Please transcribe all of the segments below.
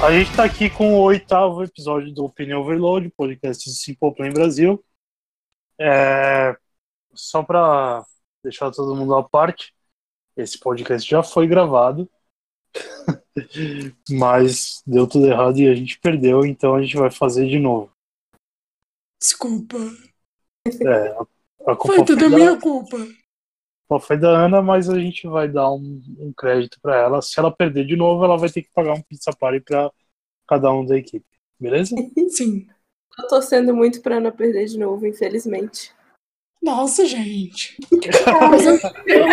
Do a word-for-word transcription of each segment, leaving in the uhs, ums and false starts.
A gente está aqui com o oitavo episódio do Opinion Overload, podcast do Simple Plan Brasil. É... Só para deixar todo mundo à parte, esse podcast já foi gravado, mas deu tudo errado e a gente perdeu, então a gente vai fazer de novo. Desculpa. É, a, a culpa foi tudo foi da, minha culpa. a culpa foi da Ana, mas a gente vai dar um, um crédito para ela. Se ela perder de novo, ela vai ter que pagar um pizza party para cada um da equipe, beleza? Sim. Tô torcendo muito pra Ana perder de novo, infelizmente. Nossa, gente. Mas eu...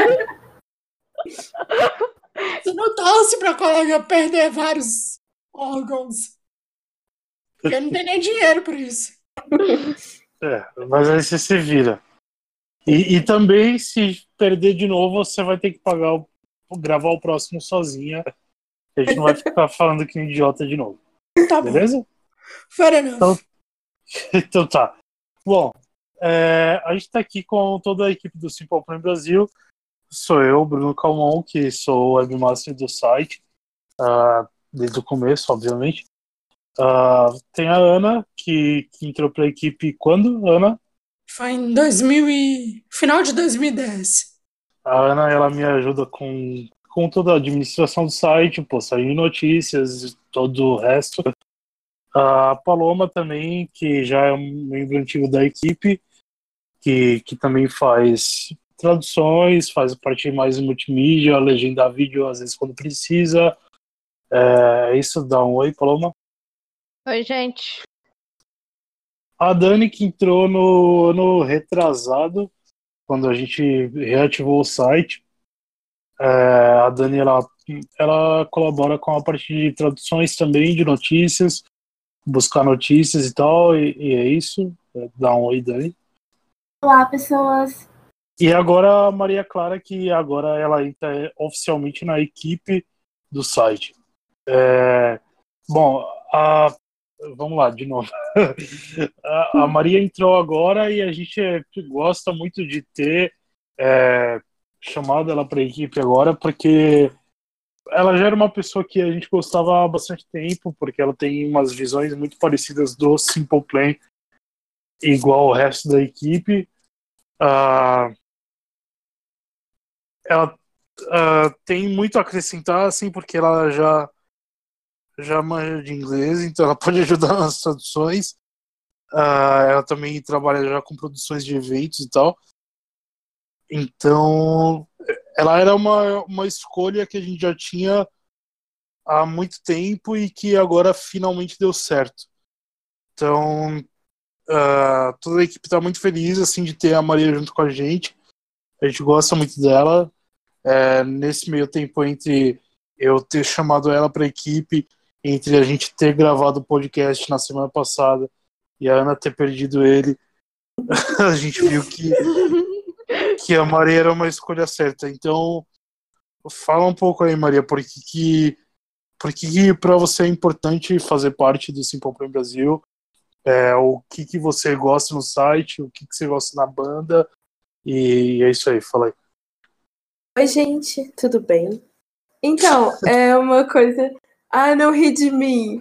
Você não torce pra colega perder vários órgãos. Porque não tem nem dinheiro por isso. É, mas aí você se vira. E, e também, se perder de novo, você vai ter que pagar o, gravar o próximo sozinha. A gente não vai ficar falando que nem idiota de novo. Tá beleza? bom. Fair enough. Então, então tá. Bom, é, a gente tá aqui com toda a equipe do Simple Plan Brasil. Sou eu, Bruno Calmon, que sou o webmaster do site, uh, desde o começo, obviamente. Uh, tem a Ana, que, que entrou pra equipe quando, Ana? Foi em dois mil e... final de dois mil e dez. A Ana, ela me ajuda com, com toda a administração do site, postagem de notícias e todo o resto. A Paloma também, que já é um membro antigo da equipe, que, que também faz traduções, faz a parte mais multimídia, legendar vídeo às vezes quando precisa. É isso, dá um oi, Paloma. Oi, gente. A Dani, que entrou no ano retrasado, quando a gente reativou o site. É, a Dani, ela, ela colabora com a parte de traduções também, de notícias, buscar notícias e tal, e, e é isso. Dá um oi, Dani. Olá, pessoas. E agora a Maria Clara, que agora ela entra oficialmente na equipe do site. É, bom, a, vamos lá, de novo. a, a Maria entrou agora e a gente gosta muito de ter é, chamado ela para a equipe agora, porque ela já era uma pessoa que a gente gostava há bastante tempo, porque ela tem umas visões muito parecidas do Simple Plan, igual o resto da equipe. Uh, ela uh, tem muito a acrescentar, assim, porque ela já já manja de inglês, então ela pode ajudar nas traduções. Uh, ela também trabalha já com produções de eventos e tal. Então, ela era uma, uma escolha que a gente já tinha há muito tempo e que agora finalmente deu certo. Então, uh, toda a equipe está muito feliz assim, de ter a Maria junto com a gente. A gente gosta muito dela. É, nesse meio tempo entre eu ter chamado ela para a equipe, entre a gente ter gravado o podcast na semana passada e a Ana ter perdido ele, a gente viu que, que a Maria era uma escolha certa. Então, fala um pouco aí, Maria, por que que, por que, que para você é importante fazer parte do Simple Plan Brasil? É, o que, que você gosta no site, o que, que você gosta na banda, e é isso aí, fala aí. Oi, gente, tudo bem? Então, é uma coisa... Ah, não ri de mim!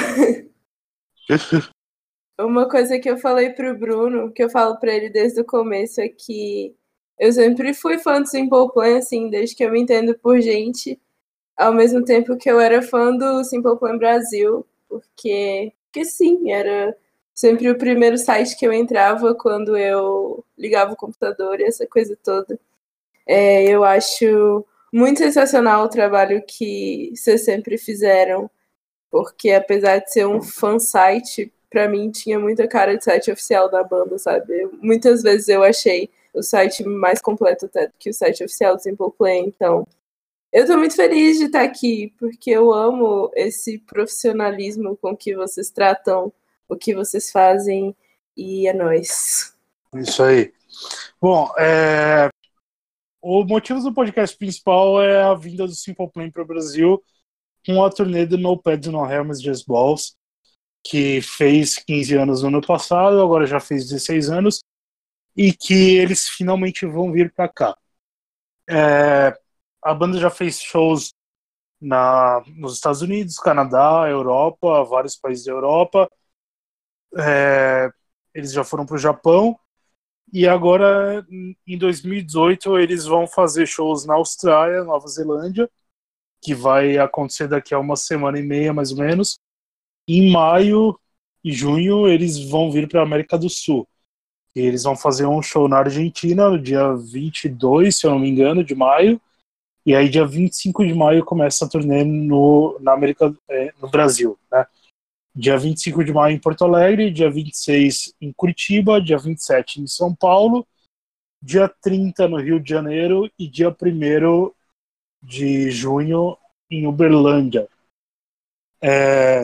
Uma coisa que eu falei pro Bruno, que eu falo pra ele desde o começo, é que eu sempre fui fã do Simple Plan, assim, desde que eu me entendo por gente, ao mesmo tempo que eu era fã do Simple Plan Brasil, porque, porque sim, era sempre o primeiro site que eu entrava quando eu ligava o computador e essa coisa toda. É, eu acho muito sensacional o trabalho que vocês sempre fizeram, porque apesar de ser um fansite, pra mim tinha muita cara de site oficial da banda, sabe? Muitas vezes eu achei o site mais completo até do que o site oficial do Simple Plan, então eu tô muito feliz de estar aqui, porque eu amo esse profissionalismo com que vocês tratam o que vocês fazem, e é nóis. Isso aí. Bom, é... o motivo do podcast principal é a vinda do Simple Plan para o Brasil com a turnê do No Pads, No Helmets, Just Balls, que fez quinze anos no ano passado, agora já fez dezesseis anos, e que eles finalmente vão vir para cá. É, a banda já fez shows na, nos Estados Unidos, Canadá, Europa, vários países da Europa. É, eles já foram para o Japão. E agora, em dois mil e dezoito, eles vão fazer shows na Austrália, Nova Zelândia, que vai acontecer daqui a uma semana e meia, mais ou menos. Em maio e junho, eles vão vir para a América do Sul. E eles vão fazer um show na Argentina, no dia vinte e dois, se eu não me engano, de maio. E aí, dia vinte e cinco de maio, começa a turnê no, na América, é, no Brasil, né? Dia vinte e cinco de maio em Porto Alegre, dia vinte e seis em Curitiba, dia vinte e sete em São Paulo, dia trinta no Rio de Janeiro e dia primeiro de junho em Uberlândia. É...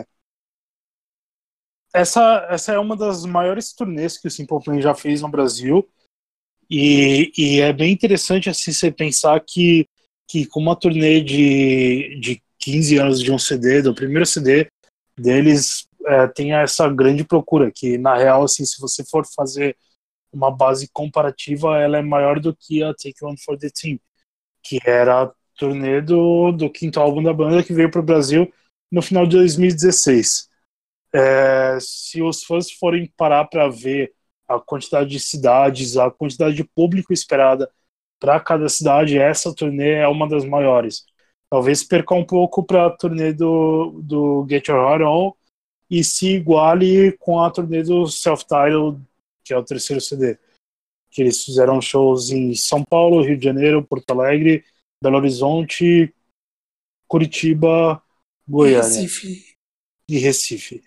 Essa, essa é uma das maiores turnês que o Simple Plan já fez no Brasil, e, e é bem interessante assim, você pensar que, que com uma turnê de, de quinze anos de um C D, do primeiro C D deles, é, tem essa grande procura, que na real, assim, se você for fazer uma base comparativa, ela é maior do que a Take One for the Team, que era a turnê do, do quinto álbum da banda, que veio para o Brasil no final de dois mil e dezesseis. É, se os fãs forem parar para ver a quantidade de cidades, a quantidade de público esperada para cada cidade, essa turnê é uma das maiores. Talvez perca um pouco para a turnê do, do Get Your Heart On e se iguale com a turnê do Self-Titled, que é o terceiro C D. Que eles fizeram shows em São Paulo, Rio de Janeiro, Porto Alegre, Belo Horizonte, Curitiba, Goiânia Recife. e Recife.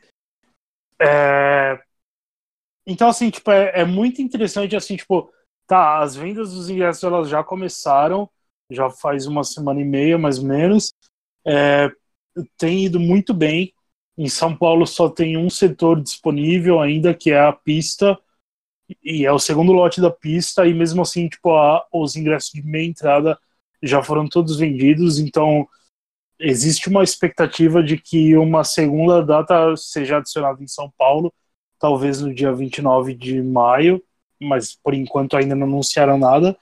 É... Então, assim, tipo, é, é muito interessante, assim, tipo, tá, as vendas dos ingressos, elas já começaram, já faz uma semana e meia, mais ou menos. É, tem ido muito bem. Em São Paulo só tem um setor disponível ainda, que é a pista, e é o segundo lote da pista, e mesmo assim, tipo, a, os ingressos de meia entrada já foram todos vendidos, então existe uma expectativa de que uma segunda data seja adicionada em São Paulo, talvez no dia vinte e nove de maio, mas por enquanto ainda não anunciaram nada.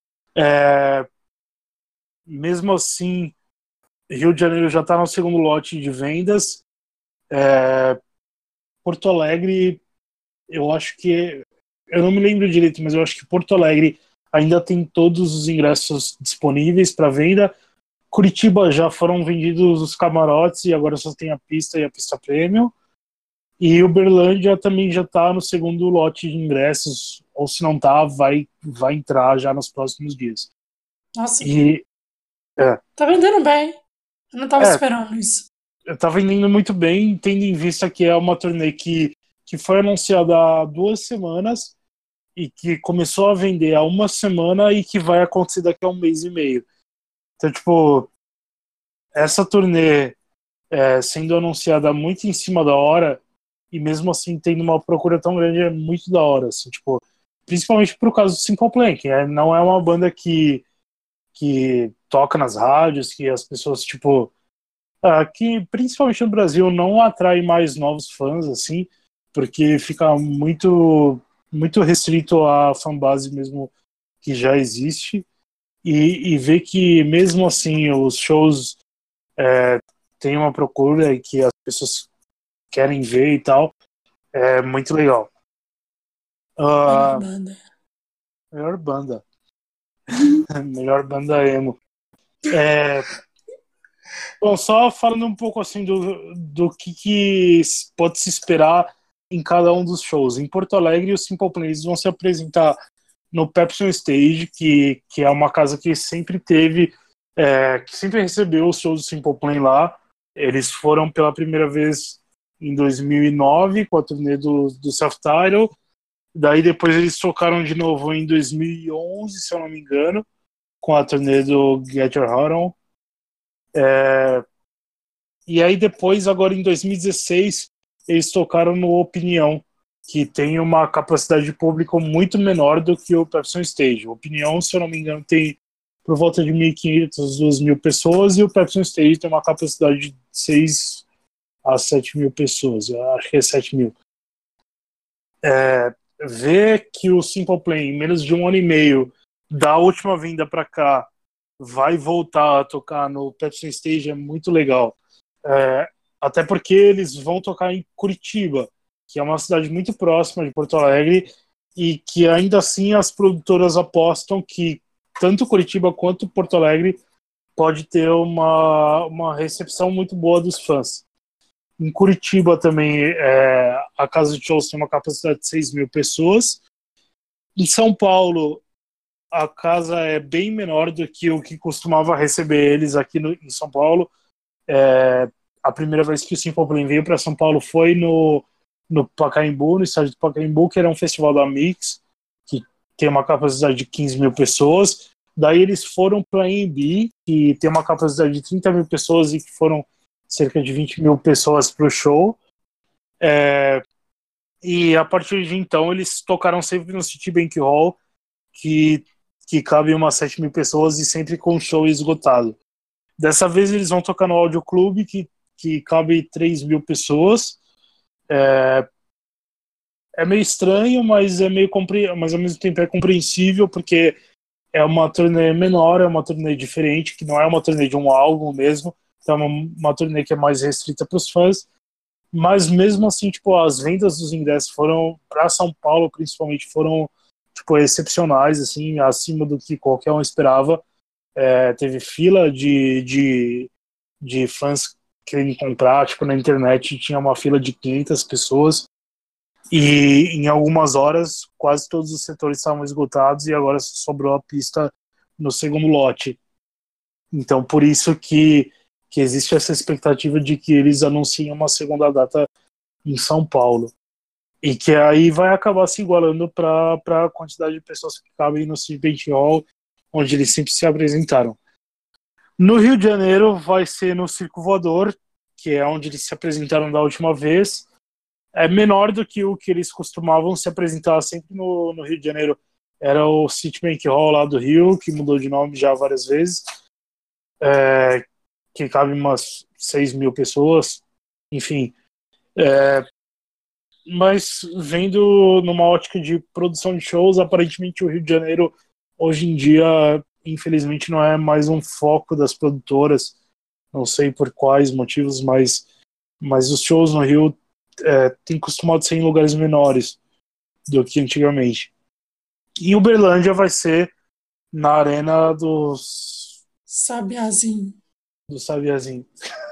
É, mesmo assim, Rio de Janeiro já está no segundo lote de vendas. É, Porto Alegre, eu acho que... Eu não me lembro direito, mas eu acho que Porto Alegre ainda tem todos os ingressos disponíveis para venda. Curitiba já foram vendidos os camarotes e agora só tem a pista e a pista premium. E Uberlândia também já está no segundo lote de ingressos, ou se não tá, vai, vai entrar já nos próximos dias. Nossa, E é, tá vendendo bem. Eu não tava É. esperando isso. tá vendendo muito bem, tendo em vista que é uma turnê que, que foi anunciada há duas semanas e que começou a vender há uma semana e que vai acontecer daqui a um mês e meio. Então, tipo, essa turnê é, sendo anunciada muito em cima da hora e mesmo assim tendo uma procura tão grande é muito da hora, assim, tipo, principalmente por causa do Simple Plan, que é, não é uma banda que, que toca nas rádios, que as pessoas, tipo, ah, que principalmente no Brasil não atrai mais novos fãs, assim, porque fica muito, muito restrito à fanbase mesmo que já existe, e, e ver que mesmo assim os shows é, têm uma procura e que as pessoas querem ver e tal, é muito legal. Melhor Ah, banda. melhor banda. Melhor banda emo. É, bom, só falando um pouco assim do, do que, que pode se esperar em cada um dos shows. Em Porto Alegre, os Simple Plan vão se apresentar no Pepsi Stage, que, que é uma casa que sempre teve, é, que sempre recebeu os shows do Simple Plan lá. Eles foram pela primeira vez em dois mil e nove, com a turnê do, do Self-Titled. Daí depois eles tocaram de novo em dois mil e onze, se eu não me engano, com a turnê do Get Your Heart On. É, e aí depois, agora em dois mil e dezesseis, eles tocaram no Opinião, que tem uma capacidade de público muito menor do que o Pepsi Stage. O Opinião, se eu não me engano, tem por volta de mil e quinhentas, duas mil pessoas, e o Pepsi Stage tem uma capacidade de seis a sete mil pessoas. Eu acho que é sete mil. É, ver que o Simple Plan, em menos de um ano e meio, da última vinda para cá, vai voltar a tocar no Pepsi Stage é muito legal. É, até porque eles vão tocar em Curitiba, que é uma cidade muito próxima de Porto Alegre, e que ainda assim as produtoras apostam que tanto Curitiba quanto Porto Alegre pode ter uma, uma recepção muito boa dos fãs. Em Curitiba também é, a casa de shows tem uma capacidade de seis mil pessoas. Em São Paulo a casa é bem menor do que o que costumava receber eles aqui no, em São Paulo. É, a primeira vez que o Simple Plan veio para São Paulo foi no, no Pacaembu, no estádio do Pacaembu, que era um festival da Mix, que tem uma capacidade de quinze mil pessoas. Daí eles foram para a A M B, que tem uma capacidade de trinta mil pessoas e que foram cerca de vinte mil pessoas para o show. É, e a partir de então eles tocaram sempre no Citibank Hall, que, que cabe umas sete mil pessoas e sempre com o show esgotado. Dessa vez eles vão tocar no Audio Club, que, que cabe três mil pessoas. É, é meio estranho, mas, é meio compre... mas ao mesmo tempo é compreensível, porque é uma turnê menor, é uma turnê diferente, que não é uma turnê de um álbum mesmo, é uma, uma turnê que é mais restrita para os fãs. Mas mesmo assim, tipo, as vendas dos ingressos foram, para São Paulo principalmente, foram tipo, excepcionais, assim, acima do que qualquer um esperava. É, teve fila de, de, de fãs querendo comprar, tipo, na internet tinha uma fila de quinhentas pessoas e em algumas horas quase todos os setores estavam esgotados e agora sobrou a pista no segundo lote. Então por isso que, que existe essa expectativa de que eles anunciem uma segunda data em São Paulo e que aí vai acabar se igualando para a quantidade de pessoas que cabem no Citibank Hall, onde eles sempre se apresentaram. No Rio de Janeiro vai ser no Circo Voador, que é onde eles se apresentaram da última vez. É menor do que o que eles costumavam se apresentar sempre no, no Rio de Janeiro. Era o Citibank Hall lá do Rio, que mudou de nome já várias vezes, é, que cabe umas seis mil pessoas, enfim. É, mas vendo numa ótica de produção de shows, aparentemente o Rio de Janeiro hoje em dia, infelizmente, não é mais um foco das produtoras. Não sei por quais motivos, mas, mas os shows no Rio é, têm costumado ser em lugares menores do que antigamente. E Uberlândia vai ser na arena dos... Sabiazinho. do Sabiazinho.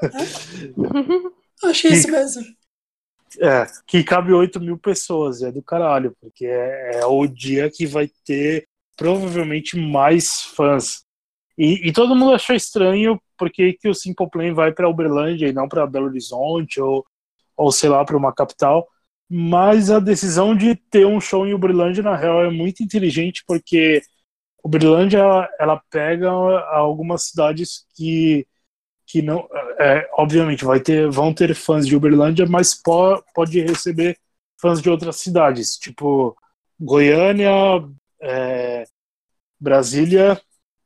Acho que é isso mesmo. É, que cabe oito mil pessoas. É do caralho, porque é, é o dia que vai ter provavelmente mais fãs. E, e todo mundo achou estranho porque que o Simple Plan vai para Uberlândia e não para Belo Horizonte ou, ou sei lá, para uma capital. Mas a decisão de ter um show em Uberlândia, na real, é muito inteligente, porque Uberlândia ela, ela pega algumas cidades que, que não, é, obviamente vai ter, vão ter fãs de Uberlândia, mas po, pode receber fãs de outras cidades, tipo Goiânia, é, Brasília,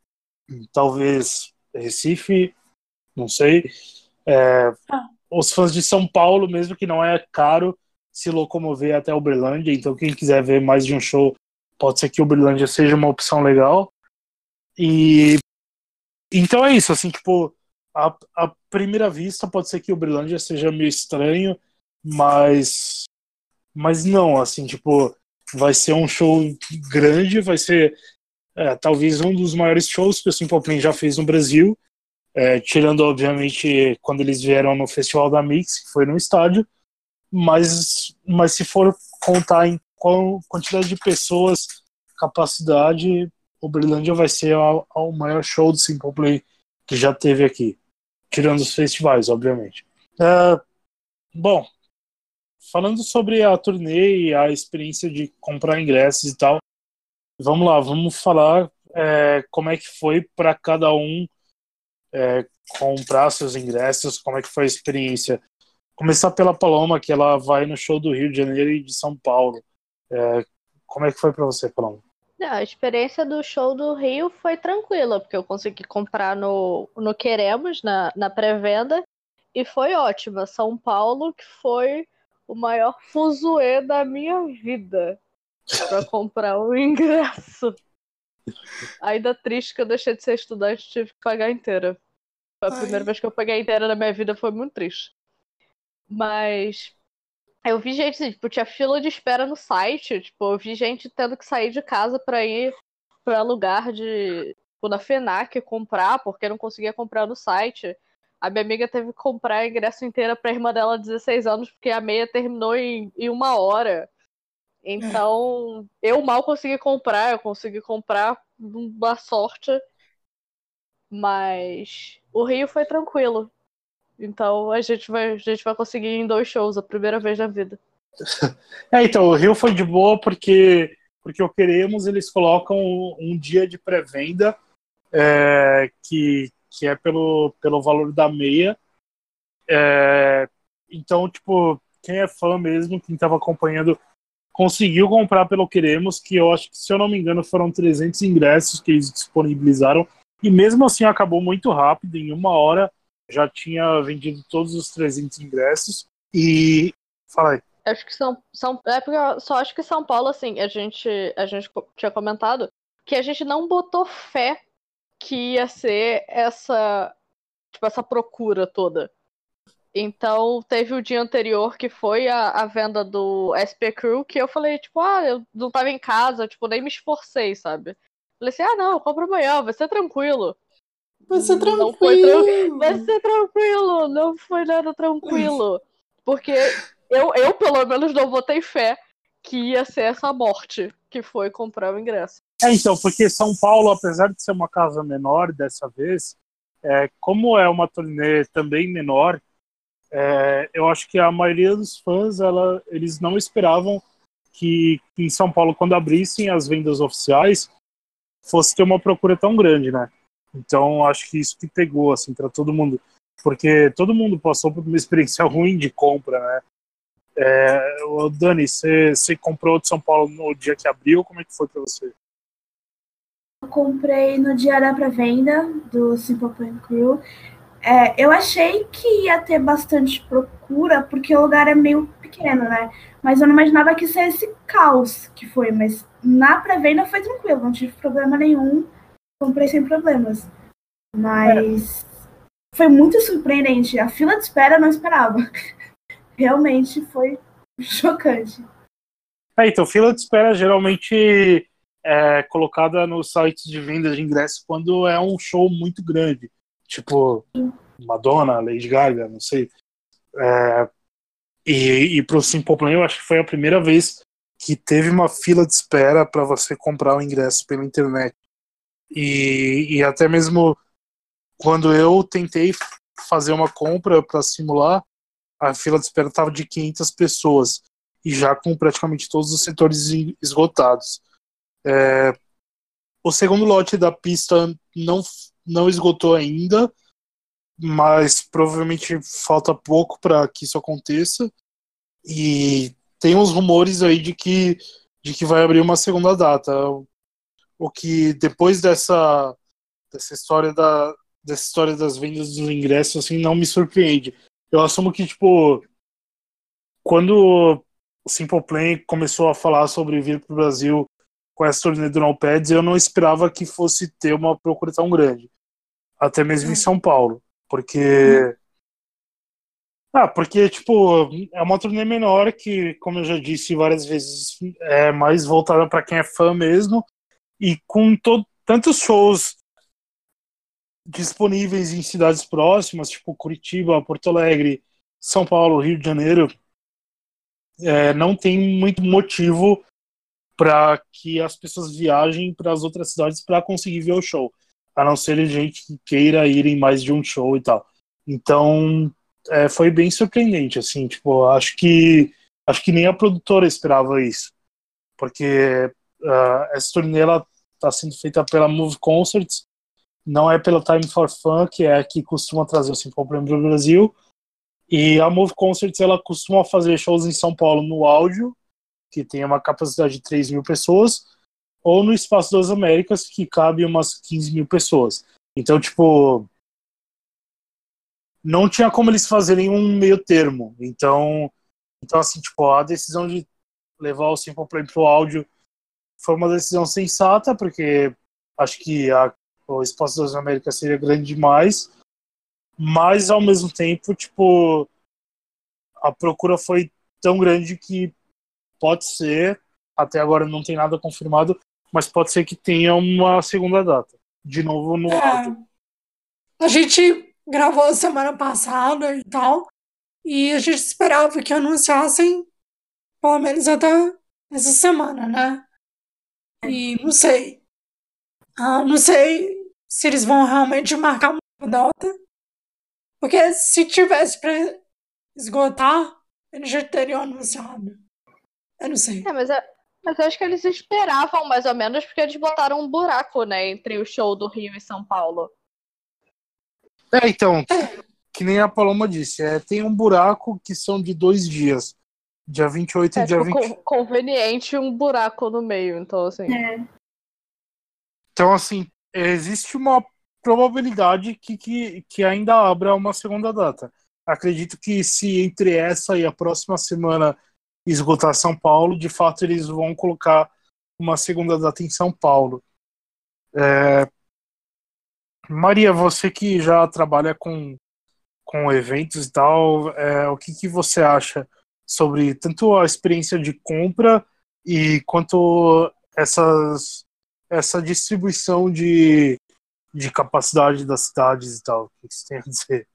talvez Recife, não sei. É, Ah. Os fãs de São Paulo, mesmo que não é caro se locomover até Uberlândia, então quem quiser ver mais de um show, pode ser que Uberlândia seja uma opção legal. E então é isso, assim, tipo, a, a primeira vista pode ser que Uberlândia seja meio estranho, mas mas não, assim, tipo, vai ser um show grande, vai ser é, talvez um dos maiores shows que o Simple Plan já fez no Brasil, é, tirando, obviamente, quando eles vieram no Festival da Mix, que foi no estádio, mas, mas se for contar em qual quantidade de pessoas, capacidade, Uberlândia vai ser a, a, o maior show do Simple Plan que já teve aqui, tirando os festivais, obviamente. É, bom, falando sobre a turnê e a experiência de comprar ingressos e tal, vamos lá, vamos falar é, como é que foi para cada um é, comprar seus ingressos, como é que foi a experiência. Começar pela Paloma, que ela vai no show do Rio de Janeiro e de São Paulo. É, como é que foi para você, Paloma? A experiência do show do Rio foi tranquila, porque eu consegui comprar no, no Queremos, na, na pré-venda, e foi ótima. São Paulo, que foi o maior fuzuê da minha vida para comprar o ingresso. Ainda triste que eu deixei de ser estudante e tive que pagar inteira. Foi a Ai. primeira vez que eu paguei inteira na minha vida, foi muito triste. Mas eu vi gente, assim, tipo, tinha fila de espera no site. Tipo, eu vi gente tendo que sair de casa pra ir pra lugar de. Tipo, na FENAC comprar, porque não conseguia comprar no site. A minha amiga teve que comprar a ingresso inteira pra irmã dela de dezesseis anos, porque a meia terminou em, em uma hora. Então, eu mal consegui comprar, eu consegui comprar uma sorte. Mas o Rio foi tranquilo. Então a gente vai, a gente vai conseguir ir em dois shows, a primeira vez na vida. É, então, o Rio foi de boa porque, porque o Queremos, eles colocam um, um dia de pré-venda é, que, que é pelo, pelo valor da meia. É, então, tipo, quem é fã mesmo, quem estava acompanhando, conseguiu comprar pelo Queremos, que eu acho que, se eu não me engano, foram trezentos ingressos que eles disponibilizaram. E mesmo assim acabou muito rápido, em uma hora já tinha vendido todos os trezentos ingressos. E. Fala aí. Acho que São, São é porque eu só acho que São Paulo, assim, a gente, a gente tinha comentado que a gente não botou fé que ia ser essa, tipo, essa procura toda. Então, teve o dia anterior que foi a, a venda do S P Crew, que eu falei, tipo, ah, eu não tava em casa, tipo, nem me esforcei, sabe? Falei assim, ah, não, compra amanhã, vai ser tranquilo. Vai ser Não foi tran... tranquilo. Vai ser tranquilo, não foi nada tranquilo. Porque eu, eu, pelo menos, não botei fé que ia ser essa morte que foi comprar o ingresso. É, então, porque São Paulo, apesar de ser uma casa menor dessa vez, é, como é uma turnê também menor, é, eu acho que a maioria dos fãs, ela, eles não esperavam que, que em São Paulo, quando abrissem as vendas oficiais, fosse ter uma procura tão grande, né? Então, acho que isso que pegou, assim, para todo mundo. Porque todo mundo passou por uma experiência ruim de compra, né? É, ô, Dani, você comprou de São Paulo no dia que abriu? Como é que foi para você? Eu comprei no dia da pré-venda do Simple Plan Crew. É, eu achei que ia ter bastante procura, porque o lugar é meio pequeno, né? Mas eu não imaginava que isso ia esse caos que foi. Mas na pré-venda foi tranquilo, não tive problema nenhum. Comprei sem problemas. Mas é. Foi muito surpreendente. A fila de espera eu não esperava. Realmente foi chocante. É, então, fila de espera geralmente é colocada nos sites de venda de ingressos quando é um show muito grande. Tipo, Madonna, Lady Gaga, não sei. É, e, e pro Simple Plan, eu acho que foi a primeira vez que teve uma fila de espera para você comprar o ingresso pela internet. E, e até mesmo quando eu tentei fazer uma compra para simular, a fila de espera estava de quinhentas pessoas e já com praticamente todos os setores esgotados. É, o segundo lote da pista não, não esgotou ainda, mas provavelmente falta pouco para que isso aconteça. E tem uns rumores aí de que, de que vai abrir uma segunda data. O que depois dessa, dessa história da dessa história das vendas dos ingressos assim não me surpreende. Eu assumo que tipo quando o Simple Plan começou a falar sobre vir para o Brasil com essa turnê do No Pads, eu não esperava que fosse ter uma procura tão grande, até mesmo em São Paulo, porque ah, porque tipo é uma turnê menor que, como eu já disse várias vezes, é mais voltada para quem é fã mesmo, e com todo, tantos shows disponíveis em cidades próximas, tipo Curitiba, Porto Alegre, São Paulo, Rio de Janeiro, é, não tem muito motivo para que as pessoas viajem para as outras cidades para conseguir ver o show, a não ser gente que queira ir em mais de um show e tal. Então, é, foi bem surpreendente, assim, tipo, acho que acho que nem a produtora esperava isso, porque uh, essa turnê ela está sendo feita pela Move Concerts, não é pela Time for Fun, que é a que costuma trazer o Simple Plan para o Brasil. E a Move Concerts ela costuma fazer shows em São Paulo no Áudio, que tem uma capacidade de três mil pessoas, ou no Espaço das Américas, que cabe umas quinze mil pessoas. Então, tipo, não tinha como eles fazerem um meio termo. Então, então assim, tipo, a decisão de levar o Simple Plan pro Áudio foi uma decisão sensata, porque Acho que a, o Espaço das Américas seria grande demais, mas ao mesmo tempo, tipo, a procura foi tão grande que pode ser, até agora não tem nada confirmado, mas pode ser que tenha uma segunda data. De novo no áudio. É, a gente gravou semana passada e tal, e a gente esperava que anunciassem pelo menos até essa semana, né? E não sei. Ah, não sei se eles vão realmente marcar uma data, porque se tivesse pra esgotar, eles já teriam anunciado. Eu não sei. É, mas, eu, mas eu acho que eles esperavam mais ou menos, porque eles botaram um buraco, né, entre o show do Rio e São Paulo. É, então, que nem a Paloma disse, é, tem um buraco que são de dois dias. Dia vinte e oito É e dia tipo, vinte. con- conveniente um buraco no meio, então assim. É. Então, assim, existe uma probabilidade que, que, que ainda abra uma segunda data. Acredito que se entre essa e a próxima semana esgotar São Paulo, de fato eles vão colocar uma segunda data em São Paulo. É... Maria, você que já trabalha com, com eventos e tal, é, o que, que você acha sobre tanto a experiência de compra e quanto essas, essa distribuição de, de capacidade das cidades e tal? O que você tem a dizer?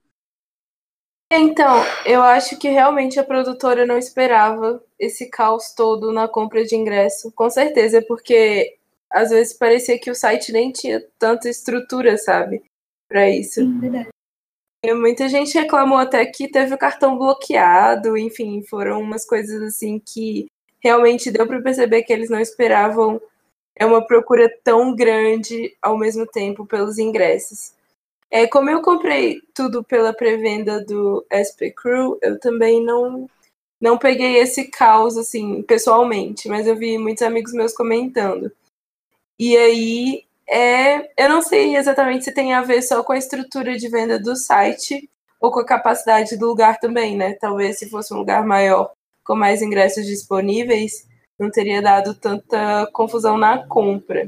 Então, eu acho que realmente a produtora não esperava esse caos todo na compra de ingresso. Com certeza, porque às vezes parecia que o site nem tinha tanta estrutura, sabe? Pra isso. Sim, verdade. E muita gente reclamou até que teve o cartão bloqueado, enfim, foram umas coisas assim que realmente deu para perceber que eles não esperavam é uma procura tão grande ao mesmo tempo pelos ingressos. É, como eu comprei tudo pela pré-venda do S P Crew, eu também não, não peguei esse caos assim, pessoalmente, mas eu vi muitos amigos meus comentando. E aí, é, eu não sei exatamente se tem a ver só com a estrutura de venda do site ou com a capacidade do lugar também, né? Talvez se fosse um lugar maior, com mais ingressos disponíveis, não teria dado tanta confusão na compra.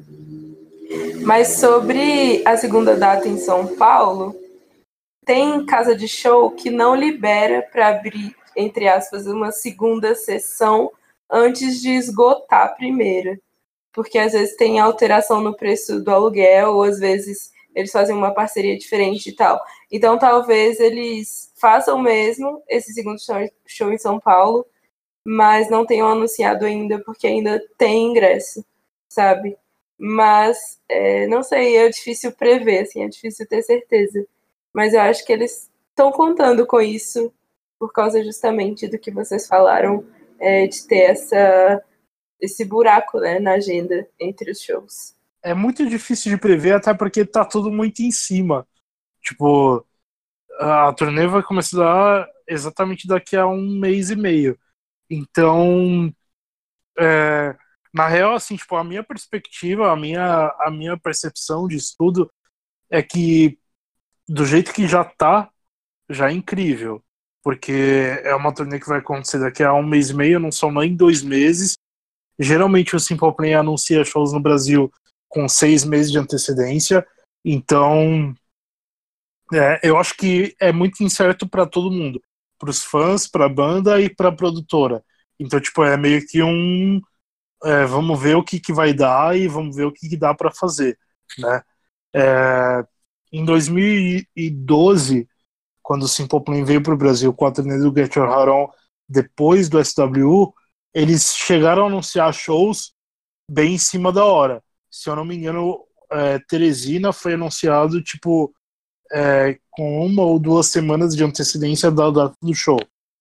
Mas sobre a segunda data em São Paulo, tem casa de show que não libera para abrir, entre aspas, uma segunda sessão antes de esgotar a primeira. Porque às vezes tem alteração no preço do aluguel, ou às vezes eles fazem uma parceria diferente e tal. Então talvez eles façam mesmo esse segundo show em São Paulo, mas não tenham anunciado ainda, porque ainda tem ingresso, sabe? Mas, é, não sei, é difícil prever, assim, é difícil ter certeza. Mas eu acho que eles estão contando com isso, por causa justamente do que vocês falaram, é, de ter essa, esse buraco, né, na agenda entre os shows. É muito difícil de prever, até porque tá tudo muito em cima. Tipo, a turnê vai começar exatamente daqui a um mês e meio. Então, é, na real, assim, tipo, a minha perspectiva, a minha, a minha percepção disso tudo é que do jeito que já tá, já é incrível. Porque é uma turnê que vai acontecer daqui a um mês e meio, não são nem dois meses. Geralmente o Simple Plan anuncia shows no Brasil com seis meses de antecedência. Então, é, eu acho que é muito incerto para todo mundo. Para os fãs, para a banda e para a produtora. Então, tipo, é meio que um... É, vamos ver o que, que vai dar e vamos ver o que, que dá para fazer, né? É, em dois mil e doze, quando o Simple Plan veio para o Brasil com a turnê do Get Your Heart On, depois do S W, eles chegaram a anunciar shows bem em cima da hora. Se eu não me engano, é, Teresina foi anunciado tipo é, com uma ou duas semanas de antecedência da data do show.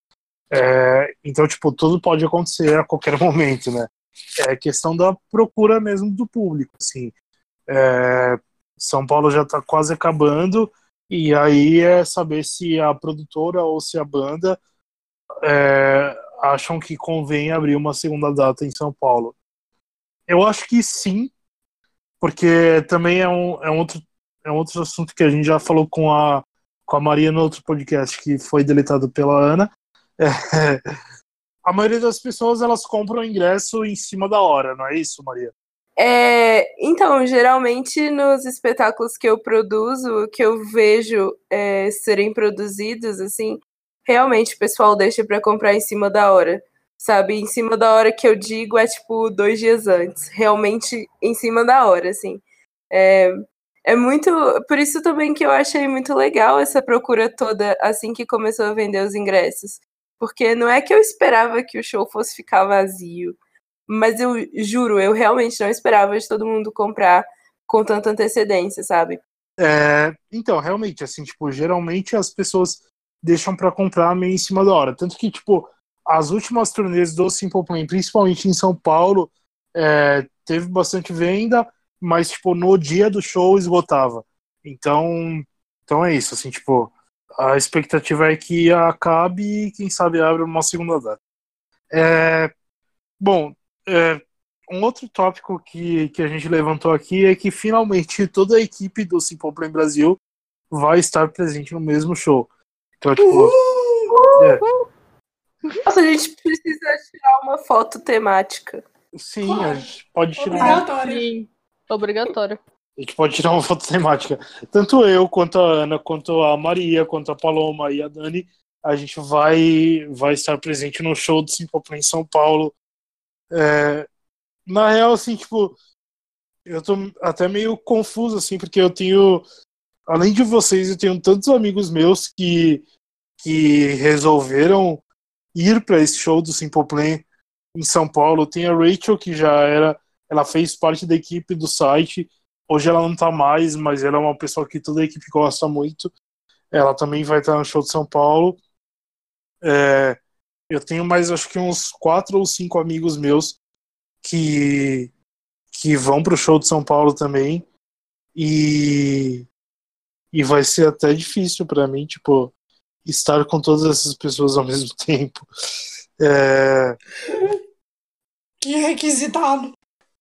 É, então, tipo, tudo pode acontecer a qualquer momento, né? É questão da procura mesmo do público, assim. É, São Paulo já tá quase acabando, e aí é saber se a produtora ou se a banda é, acham que convém abrir uma segunda data em São Paulo. Eu acho que sim, porque também é um, é um, outro, é um outro assunto que a gente já falou com a, com a Maria no outro podcast, que foi deletado pela Ana. É, a maioria das pessoas, elas compram o ingresso em cima da hora, não é isso, Maria? É, então, geralmente nos espetáculos que eu produzo, que eu vejo é, serem produzidos, assim, realmente o pessoal deixa pra comprar em cima da hora, sabe? Em cima da hora que eu digo é tipo dois dias antes, realmente em cima da hora, assim. É, é muito. Por isso também que eu achei muito legal essa procura toda assim que começou a vender os ingressos. Porque não é que eu esperava que o show fosse ficar vazio. Mas eu juro, eu realmente não esperava de todo mundo comprar com tanta antecedência, sabe? É, então, realmente, assim, tipo, geralmente as pessoas deixam pra comprar meio em cima da hora. Tanto que, tipo, as últimas turnês do Simple Plan, principalmente em São Paulo, é, teve bastante venda, mas, tipo, no dia do show esgotava. Então, então é isso, assim, tipo, a expectativa é que acabe e, quem sabe, abra uma segunda data. É, bom, é, um outro tópico que, que a gente levantou aqui é que finalmente toda a equipe do Simple Plan Brasil vai estar presente no mesmo show. Então, tipo, é, Nossa, a gente precisa tirar uma foto temática. sim, a Claro. gente pode tirar uma, Obrigatório. Sim, obrigatório. a gente pode tirar uma foto temática. Tanto eu, quanto a Ana, quanto a Maria, quanto a Paloma e a Dani, a gente vai, vai estar presente no show do Simple Plan em São Paulo. É, na real, assim, tipo, eu tô até meio confuso, assim, porque eu tenho, além de vocês, eu tenho tantos amigos meus que, que resolveram ir para esse show do Simple Plan em São Paulo. Tem a Rachel, que já era, ela fez parte da equipe do site. Hoje ela não tá mais, mas ela é uma pessoa que toda a equipe gosta muito. Ela também vai estar no show de São Paulo. É, eu tenho mais, acho que uns quatro ou cinco amigos meus que, que vão pro show de São Paulo também. E, e vai ser até difícil para mim, tipo, estar com todas essas pessoas ao mesmo tempo. É, Que requisitado.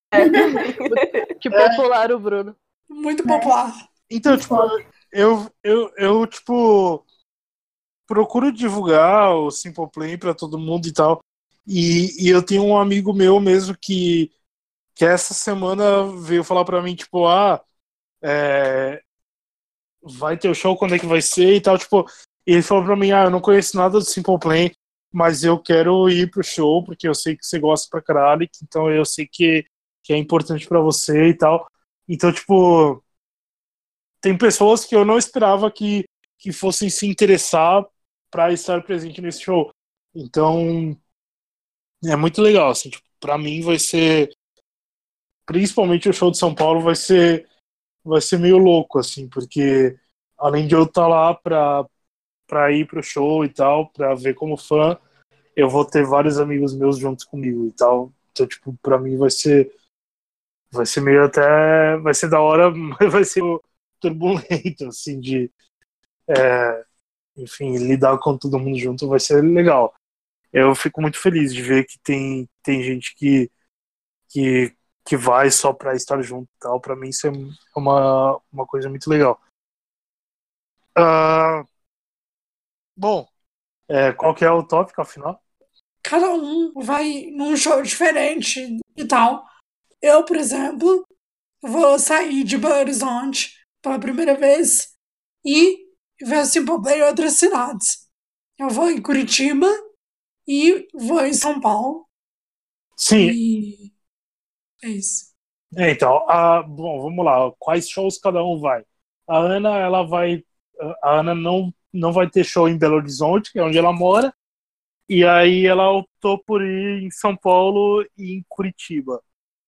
Que popular o Bruno. Muito popular. então, Muito tipo, foda. eu, eu, eu, tipo, procuro divulgar o Simple Plan pra todo mundo e tal. E, e eu tenho um amigo meu mesmo que, que essa semana veio falar pra mim, tipo, ah, é, vai ter o show, quando é que vai ser e tal. Tipo, e ele falou pra mim, ah, eu não conheço nada do Simple Plan, mas eu quero ir pro show, porque eu sei que você gosta pra caralho, então eu sei que, que é importante pra você e tal. Então, tipo, tem pessoas que eu não esperava que, que fossem se interessar pra estar presente nesse show. Então, é muito legal, assim, tipo, pra mim vai ser, principalmente o show de São Paulo, vai ser, vai ser meio louco, assim, porque além de eu estar lá pra, pra ir pro show e tal, pra ver como fã, eu vou ter vários amigos meus juntos comigo e tal. Então, tipo, pra mim vai ser, vai ser meio até, vai ser da hora, mas vai ser turbulento, assim, de, é, enfim, lidar com todo mundo junto vai ser legal. Eu fico muito feliz de ver que tem, tem gente que, que, que vai só pra estar junto e tal. Pra mim isso é uma, uma coisa muito legal. Ah, bom, é, qual que é o tópico, afinal? Cada um vai num show diferente e tal. Eu, por exemplo, vou sair de Belo Horizonte pela primeira vez e ver o Simple Plan em outras cidades. Eu vou em Curitiba e vou em São Paulo. Sim, E é isso. é, então, a, bom, vamos lá. Quais shows cada um vai? A Ana, ela vai. A Ana não, não vai ter show em Belo Horizonte, que é onde ela mora. E aí ela optou por ir em São Paulo e em Curitiba.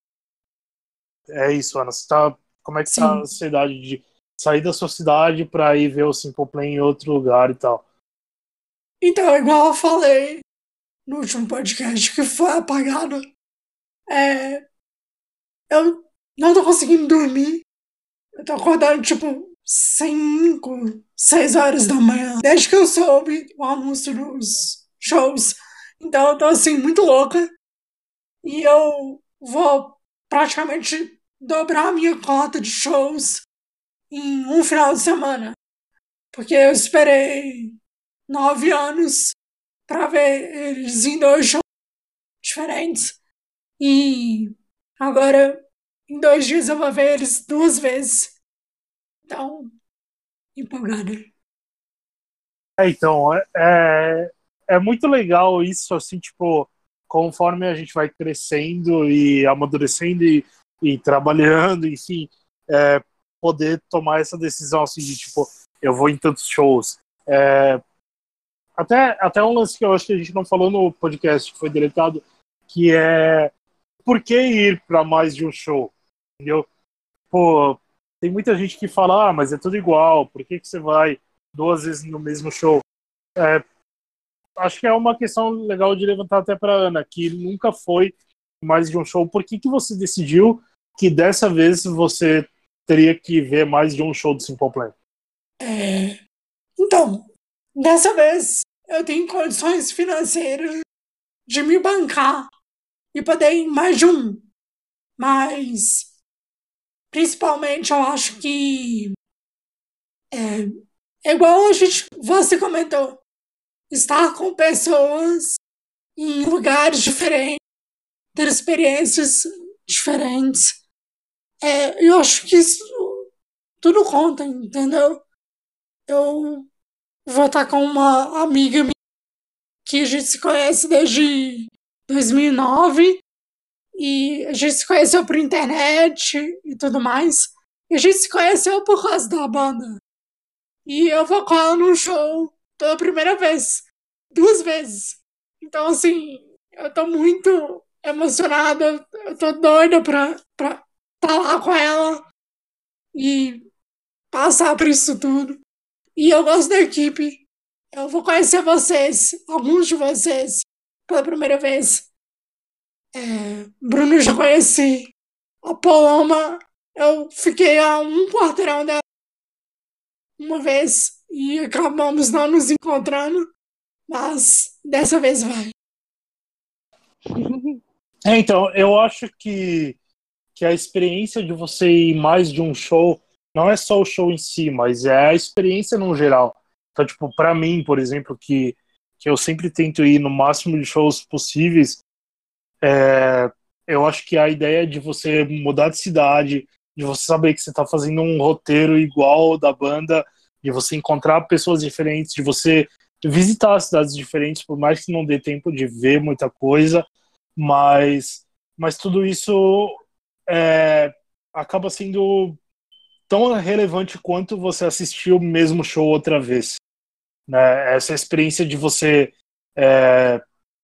É isso, Ana. Você tá, como é que tá a Sim. ansiedade de sair da sua cidade pra ir ver o Simple Plan em outro lugar e tal? Então, igual eu falei no último podcast que foi apagado, é, eu não tô conseguindo dormir. Eu tô acordando tipo cinco, seis horas da manhã, desde que eu soube o anúncio dos shows. Então eu tô assim, muito louca. E eu vou praticamente dobrar a minha cota de shows em um final de semana. Porque eu esperei nove anos pra ver eles em dois shows diferentes. E agora, em dois dias eu vou ver eles duas vezes. Então, empolgada. É, então, é, é, é muito legal isso, assim, tipo, conforme a gente vai crescendo e amadurecendo e, e trabalhando, enfim, é, poder tomar essa decisão, assim, de, tipo, eu vou em tantos shows. É, até, até um lance que eu acho que a gente não falou no podcast, que foi deletado, que é por que ir para mais de um show, entendeu? Pô, tem muita gente que fala, ah, mas é tudo igual, por que, que você vai duas vezes no mesmo show? É, acho que é uma questão legal de levantar até para Ana, que nunca foi mais de um show. Por que, que você decidiu que dessa vez você teria que ver mais de um show do Simple Plan? É, então, dessa vez eu tenho condições financeiras de me bancar e poder ir em mais de um. Mas, principalmente, eu acho que é, é igual a gente, você comentou, estar com pessoas em lugares diferentes, ter experiências diferentes. É, eu acho que isso tudo conta, entendeu? Eu vou estar com uma amiga minha que a gente se conhece desde dois mil e nove e a gente se conheceu por internet e tudo mais. E a gente se conheceu por causa da banda. E eu vou com ela num show pela primeira vez. Duas vezes. Então, assim, eu tô muito emocionada. Eu tô doida pra estar tá lá com ela e passar por isso tudo. E eu gosto da equipe. Eu vou conhecer vocês, alguns de vocês, pela primeira vez. É, Bruno já conheci. A Paloma, eu fiquei a um quarteirão dela uma vez e acabamos não nos encontrando, mas dessa vez vai. É, então, eu acho que, que a experiência de você ir mais de um show não é só o show em si, mas é a experiência no geral. Então, tipo, pra mim, por exemplo, que, que eu sempre tento ir no máximo de shows possíveis, é, eu acho que a ideia de você mudar de cidade, de você saber que você tá fazendo um roteiro igual da banda, de você encontrar pessoas diferentes, de você visitar cidades diferentes, por mais que não dê tempo de ver muita coisa, mas, mas tudo isso é, acaba sendo tão relevante quanto você assistir o mesmo show outra vez, né? Essa experiência de você é,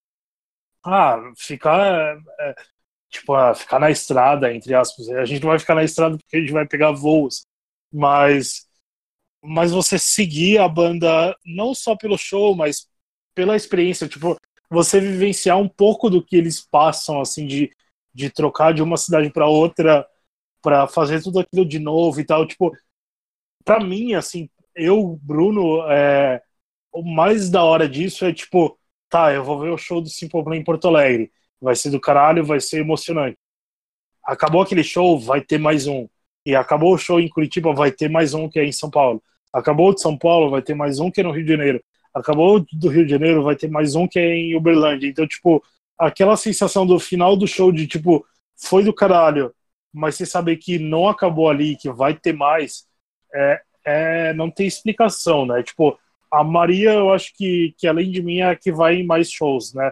ah, ficar é, tipo, ah, ficar na estrada, entre aspas. A gente não vai ficar na estrada porque a gente vai pegar voos, mas mas você seguir a banda não só pelo show, mas pela experiência, tipo, você vivenciar um pouco do que eles passam, assim, de, de trocar de uma cidade para outra, para fazer tudo aquilo de novo e tal, tipo, pra mim, assim, eu, Bruno, é, o mais da hora disso é, tipo, tá, eu vou ver o show do Simple Plan em Porto Alegre, vai ser do caralho, vai ser emocionante. Acabou aquele show, vai ter mais um. E acabou o show em Curitiba, vai ter mais um que é em São Paulo. Acabou de São Paulo, vai ter mais um que é no Rio de Janeiro. Acabou do Rio de Janeiro, vai ter mais um que é em Uberlândia. Então, tipo, aquela sensação do final do show de, tipo, foi do caralho, mas você saber que não acabou ali, que vai ter mais, é, é, não tem explicação, né? Tipo, a Maria, eu acho que, que além de mim, é a que vai em mais shows, né?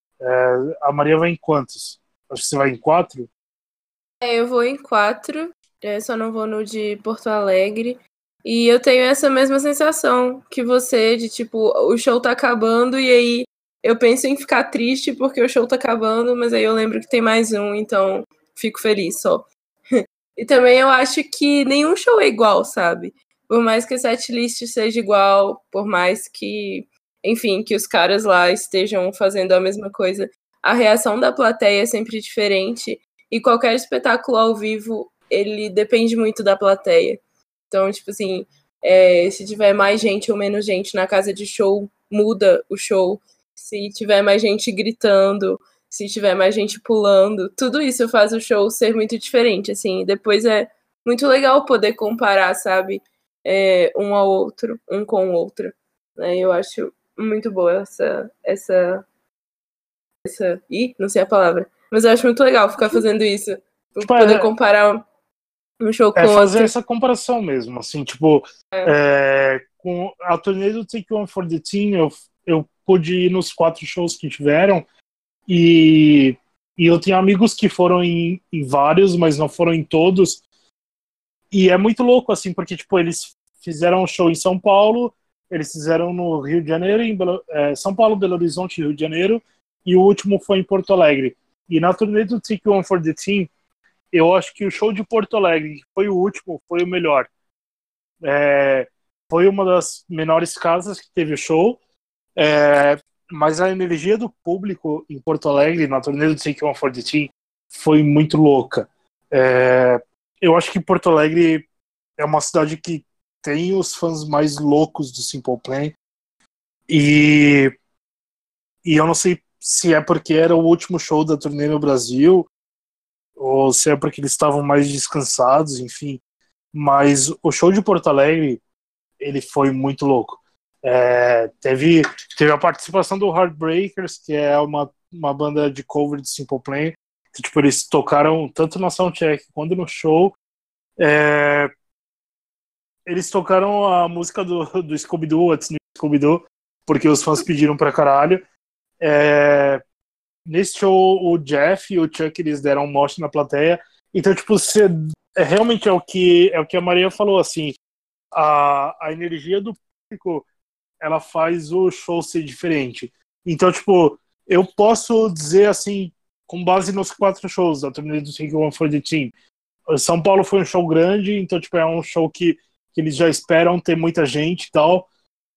É, a Maria vai em quantos? Acho que você vai em quatro? É, eu vou em quatro, é, só não vou no de Porto Alegre. E eu tenho essa mesma sensação que você, de tipo, o show tá acabando e aí eu penso em ficar triste porque o show tá acabando, mas aí eu lembro que tem mais um, então fico feliz só. E também eu acho que nenhum show é igual, sabe? Por mais que a setlist seja igual, por mais que, enfim, que os caras lá estejam fazendo a mesma coisa, a reação da plateia é sempre diferente. E qualquer espetáculo ao vivo, ele depende muito da plateia. Então, tipo assim, é, se tiver mais gente ou menos gente na casa de show, muda o show. Se tiver mais gente gritando, se tiver mais gente pulando, tudo isso faz o show ser muito diferente, assim. Depois é muito legal poder comparar, sabe, é, um ao outro, um com o outro. Né? Eu acho muito boa essa, essa, essa... Ih, não sei a palavra. Mas eu acho muito legal ficar fazendo isso, Tipo, poder é- comparar um show com É fazer outro. essa comparação mesmo, assim, tipo, é, com a turnê do Take One for the Team, eu, eu pude ir nos quatro shows que tiveram, e, e eu tenho amigos que foram em, em vários, mas não foram em todos, e é muito louco, assim, porque, tipo, eles fizeram um show em São Paulo, eles fizeram no Rio de Janeiro, em Belo, é, São Paulo, Belo Horizonte e Rio de Janeiro, e o último foi em Porto Alegre. E na turnê do Take One for the Team, eu acho que o show de Porto Alegre, que foi o último, foi o melhor. É, foi uma das menores casas que teve o show, é, mas a energia do público em Porto Alegre, na turnê do Take One for the Team, foi muito louca. É, eu acho que Porto Alegre é uma cidade que tem os fãs mais loucos do Simple Plan, e, e eu não sei se é porque era o último show da turnê no Brasil, ou se é porque eles estavam mais descansados, enfim. Mas o show de Porto Alegre, ele foi muito louco. É, teve, teve a participação do Heartbreakers, que é uma, uma banda de cover de Simple Plan, que tipo, eles tocaram tanto na soundcheck quanto no show. É, eles tocaram a música do, do Scooby-Doo, What's New Scooby-Doo, porque os fãs pediram pra caralho. É, nesse show, o Jeff e o Chuck, eles deram um mosh na plateia. Então, tipo, você, é, realmente é o, que, é o que a Maria falou, assim, a, a energia do público, ela faz o show ser diferente. Então, tipo, eu posso dizer, assim, com base nos quatro shows da turnê do Take One for the Team, São Paulo foi um show grande, então, tipo, é um show que, que eles já esperam ter muita gente e tal.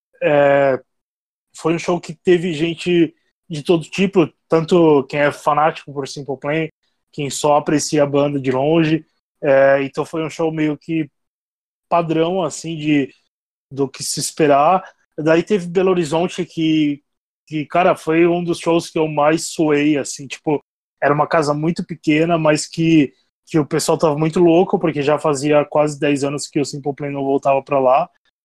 É, foi um show que teve gente de todo tipo, tanto quem é fanático por Simple Plan, quem só aprecia a banda de longe. É, então foi um show meio que padrão, assim, de, do que se esperar. Daí teve Belo Horizonte, que, que, cara, foi um dos shows que eu mais suei, assim, tipo, era uma casa muito pequena, mas que, que o pessoal tava muito louco, porque já fazia quase dez anos que o Simple Plan não voltava pra lá.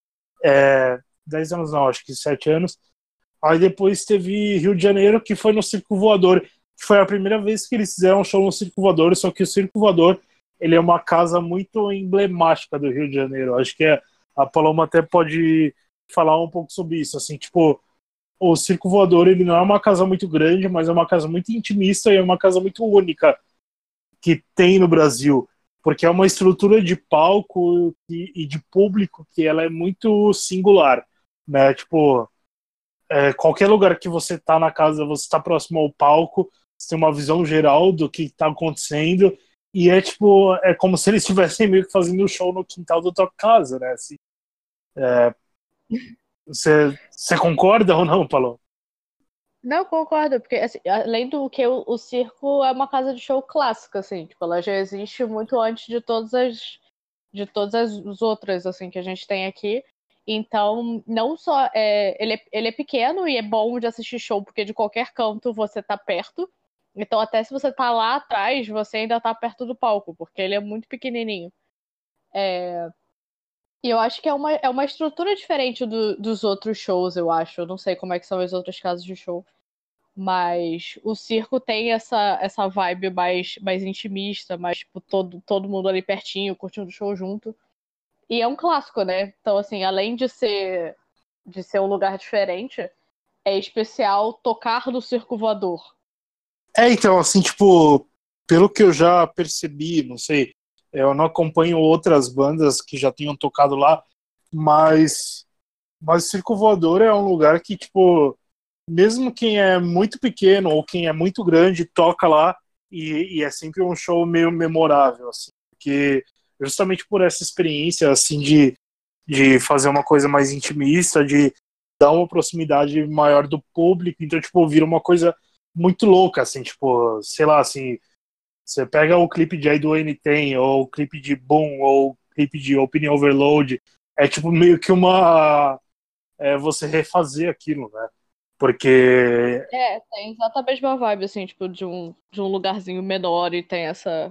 É, dez anos não, acho que sete anos. Aí depois teve Rio de Janeiro, que foi no Circo Voador, que foi a primeira vez que eles fizeram um show no Circo Voador, só que o Circo Voador, ele é uma casa muito emblemática do Rio de Janeiro. Acho que é, a Paloma até pode falar um pouco sobre isso, assim, tipo, o Circo Voador, ele não é uma casa muito grande, mas é uma casa muito intimista e é uma casa muito única que tem no Brasil, porque é uma estrutura de palco e, e de público que ela é muito singular, né, tipo... É, qualquer lugar que você tá na casa, você está próximo ao palco, você tem uma visão geral do que está acontecendo, e é tipo, é como se eles estivessem meio que fazendo um show no quintal da tua casa, né? Assim, é, você, você concorda ou não, Paulo? Não, concordo, porque assim, além do que o, o circo é uma casa de show clássica, assim, tipo, ela já existe muito antes de todas as de todas as outras, assim, que a gente tem aqui. Então, não só é, ele, é, ele é pequeno e é bom de assistir show, porque de qualquer canto você tá perto. Então, até se você tá lá atrás, você ainda tá perto do palco, porque ele é muito pequenininho. É... E eu acho que é uma, é uma estrutura diferente do, dos outros shows, eu acho. Eu não sei como é que são as outras casas de show. Mas o circo tem essa, essa vibe mais, mais intimista, mais tipo, todo, todo mundo ali pertinho, curtindo o show junto. E é um clássico, né? Então, assim, além de ser, de ser um lugar diferente, é especial tocar no Circo Voador. É, então, assim, tipo, pelo que eu já percebi, não sei, eu não acompanho outras bandas que já tenham tocado lá, mas, mas o Circo Voador é um lugar que, tipo, mesmo quem é muito pequeno ou quem é muito grande toca lá e, e é sempre um show meio memorável, assim, porque justamente por essa experiência, assim, de, de fazer uma coisa mais intimista, de dar uma proximidade maior do público, então, tipo, vira uma coisa muito louca, assim, tipo, sei lá, assim, você pega o clipe de I Do Anything, ou o clipe de Boom, ou o clipe de Opinion Overload, é tipo meio que uma... É, você refazer aquilo, né? Porque... É, tem exatamente a mesma vibe, assim, tipo, de um, de um lugarzinho menor e tem essa...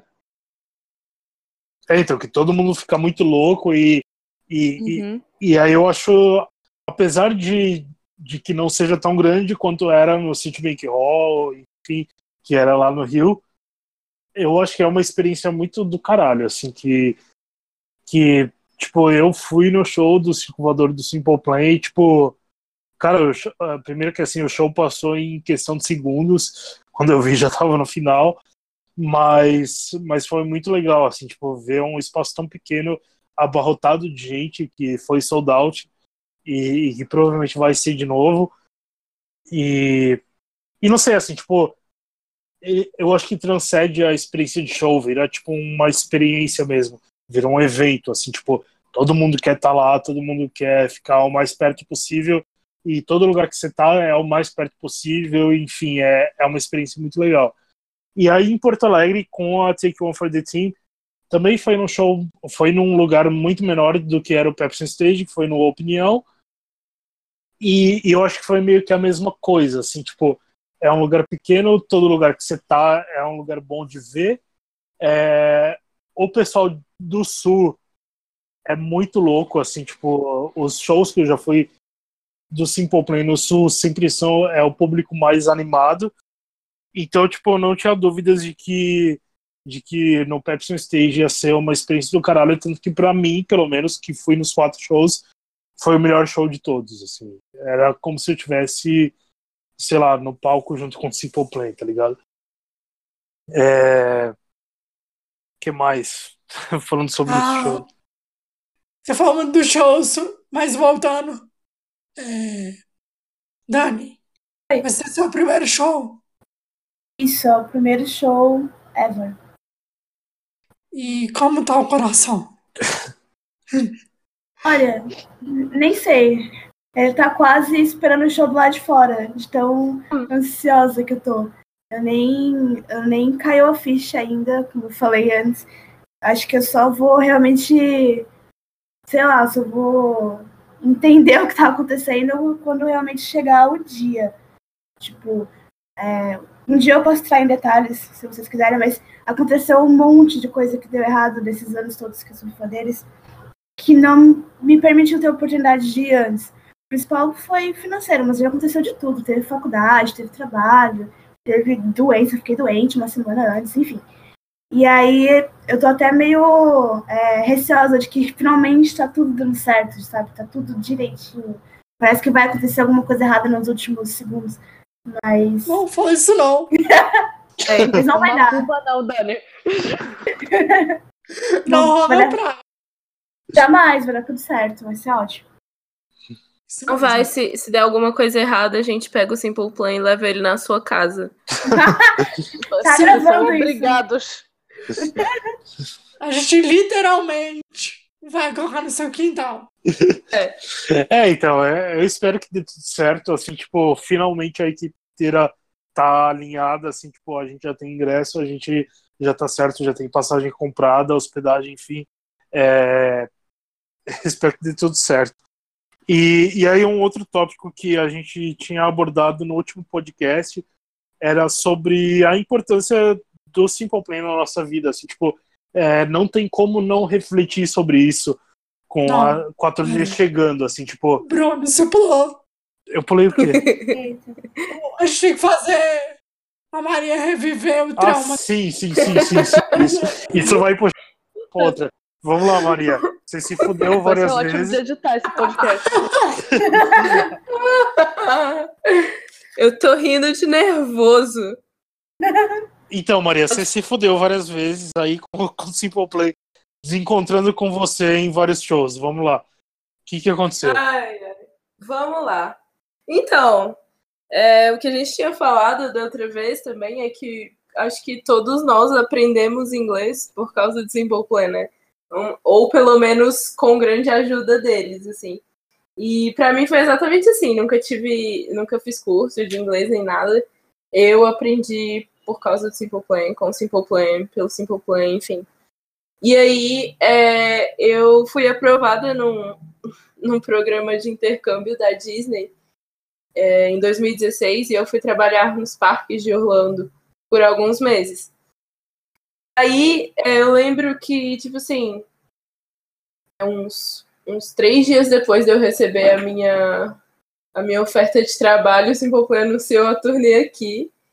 É, então, que todo mundo fica muito louco e, e, Uhum. e, e aí eu acho, apesar de, de que não seja tão grande quanto era no Citibank Hall, enfim, que era lá no Rio, eu acho que é uma experiência muito do caralho, assim, que, que tipo, eu fui no show do Circo Voador do Simple Plan e, tipo, cara, eu, primeiro que, assim, o show passou em questão de segundos, quando eu vi já tava no final, mas, mas foi muito legal, assim, tipo, ver um espaço tão pequeno abarrotado de gente que foi sold out e, e que provavelmente vai ser de novo. E, e não sei, assim, tipo, eu acho que transcende a experiência de show, vira tipo uma experiência mesmo, vira um evento, assim, tipo, todo mundo quer estar lá, todo mundo quer ficar o mais perto possível, e todo lugar que você tá é o mais perto possível, enfim, é, é uma experiência muito legal. E aí em Porto Alegre, com a Take One for the Team, também foi num show, foi num lugar muito menor do que era o Pepsi Stage, que foi no Opinião, e, e eu acho que foi meio que a mesma coisa, assim, tipo, é um lugar pequeno, todo lugar que você tá é um lugar bom de ver. É, o pessoal do Sul é muito louco, assim, tipo, os shows que eu já fui do Simple Plan no Sul sempre são é o público mais animado. Então, tipo, eu não tinha dúvidas de que de que no Pepsi Stage ia ser uma experiência do caralho, tanto que pra mim, pelo menos, que fui nos quatro shows, foi o melhor show de todos, assim. Era como se eu tivesse, sei lá, no palco junto com o Simple Plan, tá ligado? É... que mais? Falando sobre Ah, esse show. Você falando dos shows, mas voltando. É, Dani, Oi. vai ser seu primeiro show? Isso, é o primeiro show ever. E como tá o coração? Olha, nem sei. Ele tá quase esperando o show do lado de fora, de tão ansiosa que eu tô. Eu nem, eu nem caiu a ficha ainda, como eu falei antes. Acho que eu só vou realmente, sei lá, só vou entender o que tá acontecendo quando realmente chegar o dia. Tipo, é, um dia eu posso entrar em detalhes, se vocês quiserem, mas aconteceu um monte de coisa que deu errado nesses anos todos que eu sou fã deles, que não me permitiu ter oportunidade de ir antes. O principal foi financeiro, mas já aconteceu de tudo. Teve faculdade, teve trabalho, teve doença, fiquei doente uma semana antes, enfim. E aí eu tô até meio é, receosa de que finalmente tá tudo dando certo, sabe? Tá tudo direitinho. Parece que vai acontecer alguma coisa errada nos últimos segundos. Mas. Não fala isso, não. É, mas não vai Uma dar. culpa não, Dani. Não Não, rola vai dar. pra. Jamais, vai dar tudo certo, vai ser ótimo. Não vai, se, se der alguma coisa errada, a gente pega o Simple Plan e leva ele na sua casa. Tá Sim, gravando são isso. obrigados. A gente literalmente vai colocar no seu quintal. É, então, é, eu espero que dê tudo certo, assim, tipo, finalmente a equipe inteira tá alinhada, assim, tipo, a gente já tem ingresso, a gente já tá certo, já tem passagem comprada, hospedagem, enfim. É, espero que dê tudo certo. E, e aí um outro tópico que a gente tinha abordado no último podcast era sobre a importância do Simple Plan na nossa vida, assim, tipo, é, não tem como não refletir sobre isso com Não. a com a turnê chegando, assim, tipo, Bruno, você pulou. eu pulei o quê? Eita. A gente tem que fazer a Maria reviver o Ah, trauma. sim, sim, sim, sim, sim. Isso, isso vai puxar pra outra. Vamos lá, Maria. Você se fudeu Vai ser várias ótimo de vezes. editar esse podcast. Eu tô rindo de nervoso. Então, Maria, você se fudeu várias vezes aí com o Simple Play, desencontrando com você em vários shows. Vamos lá. O que, que aconteceu? Ai, ai. Vamos lá. Então, é, o que a gente tinha falado da outra vez também é que acho que todos nós aprendemos inglês por causa do Simple Plan, né? Um, ou pelo menos com grande ajuda deles, assim. E pra mim foi exatamente assim. Nunca tive, nunca fiz curso de inglês nem nada. Eu aprendi por causa do Simple Plan, com o Simple Plan, pelo Simple Plan, enfim. E aí é, eu fui aprovada num, num programa de intercâmbio da Disney é, em dois mil e dezesseis, e eu fui trabalhar nos parques de Orlando por alguns meses. Aí é, eu lembro que, tipo assim, uns, uns três dias depois de eu receber a minha, a minha oferta de trabalho, o Simple Plan anunciou a turnê aqui.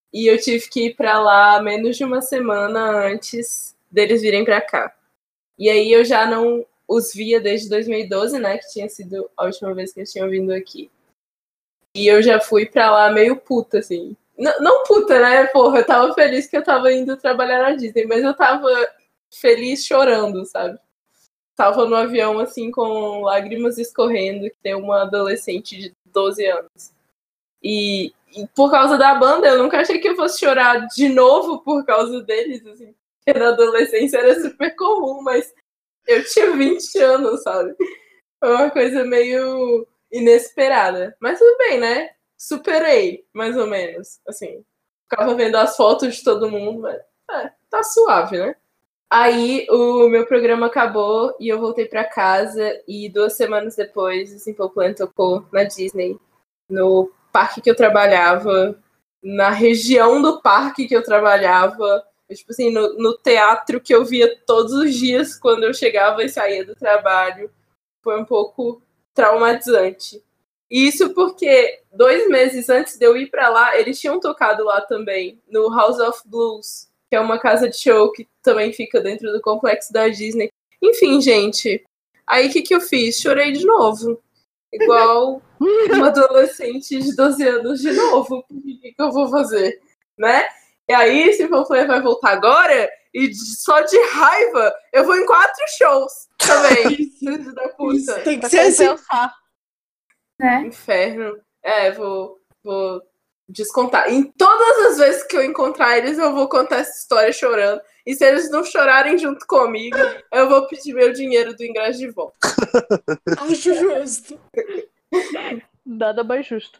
e eu tive que ir pra lá menos de uma semana antes deles virem pra cá. E aí eu já não os via desde dois mil e doze, né, que tinha sido a última vez que eles tinham vindo aqui. E eu já fui pra lá meio puta, assim. N- não puta, né, porra, eu tava feliz que eu tava indo trabalhar na Disney, mas eu tava feliz chorando, sabe? Tava no avião, assim, com lágrimas escorrendo, que tem uma adolescente de doze anos. E, e por causa da banda, eu nunca achei que eu fosse chorar de novo por causa deles, assim. Porque na adolescência era super comum, mas eu tinha vinte anos, sabe? Foi uma coisa meio inesperada. Mas tudo bem, né? Superei, mais ou menos. Assim, ficava vendo as fotos de todo mundo, mas é, tá suave, né? Aí o meu programa acabou e eu voltei pra casa. E duas semanas depois, o Simple Plan tocou na Disney, no parque que eu trabalhava, na região do parque que eu trabalhava. Tipo assim, no, no teatro que eu via todos os dias quando eu chegava e saía do trabalho. Foi um pouco traumatizante. E isso porque dois meses antes de eu ir pra lá, eles tinham tocado lá também, no House of Blues, que é uma casa de show que também fica dentro do complexo da Disney. Enfim, gente, aí o que, que eu fiz? Chorei de novo. Igual uma adolescente de doze anos de novo. O que, que eu vou fazer? Né? E aí, se o Simple vai voltar agora, e só de raiva, eu vou em quatro shows também. Filho da puta. Isso tem que Pra ser assim. compensar. Né? Inferno. É, vou, vou descontar. Em todas as vezes que eu encontrar eles, eu vou contar essa história chorando. E se eles não chorarem junto comigo, eu vou pedir meu dinheiro do ingresso de volta. Acho justo. Nada mais justo.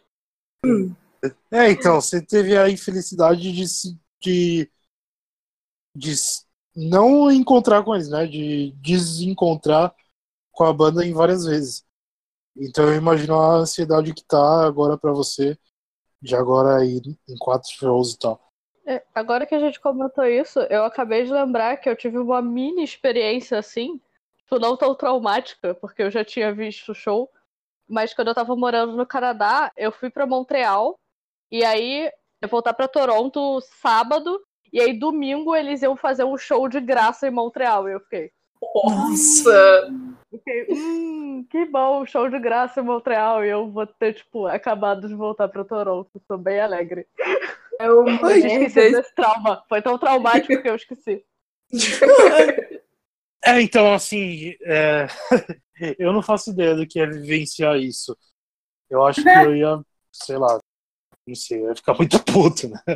É, então, você teve a infelicidade de, se- de, de s- não encontrar com eles, né? De desencontrar com a banda em várias vezes. Então eu imagino a ansiedade que tá agora pra você, de agora ir em quatro shows e tal. É, agora que a gente comentou isso, eu acabei de lembrar que eu tive uma mini experiência assim, tipo, não tão traumática, porque eu já tinha visto o show, mas quando eu tava morando no Canadá, eu fui pra Montreal, e aí eu voltar pra Toronto sábado, e aí domingo eles iam fazer um show de graça em Montreal, e eu fiquei, Nossa! fiquei, hum, que bom, show de graça em Montreal, e eu vou ter, tipo, acabado de voltar pra Toronto, tô bem alegre. Eu Eu morri tinha esquecido desse... desse trauma, foi tão traumático que eu esqueci. É, então, assim, é, eu não faço ideia do que é vivenciar isso. Eu acho que eu ia, sei lá, não sei, eu ia ficar muito puto, né?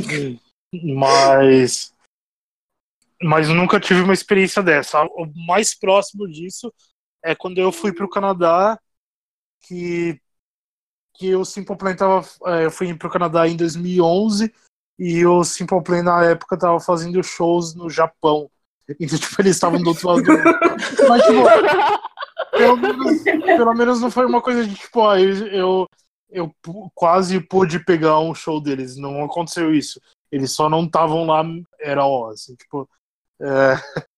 Mas, mas eu nunca tive uma experiência dessa. O mais próximo disso é quando eu fui pro Canadá, que, que o Simple Plan tava. é, Eu fui pro Canadá em dois mil e onze e o Simple Plan na época tava fazendo shows no Japão. Então, tipo, eles estavam do outro lado do mundo. Mas, tipo, pelo menos, pelo menos não foi uma coisa de, tipo, ah, eu, eu, eu pu- quase pude pegar um show deles. Não aconteceu isso. Eles só não estavam lá, era ó, assim, tipo. é,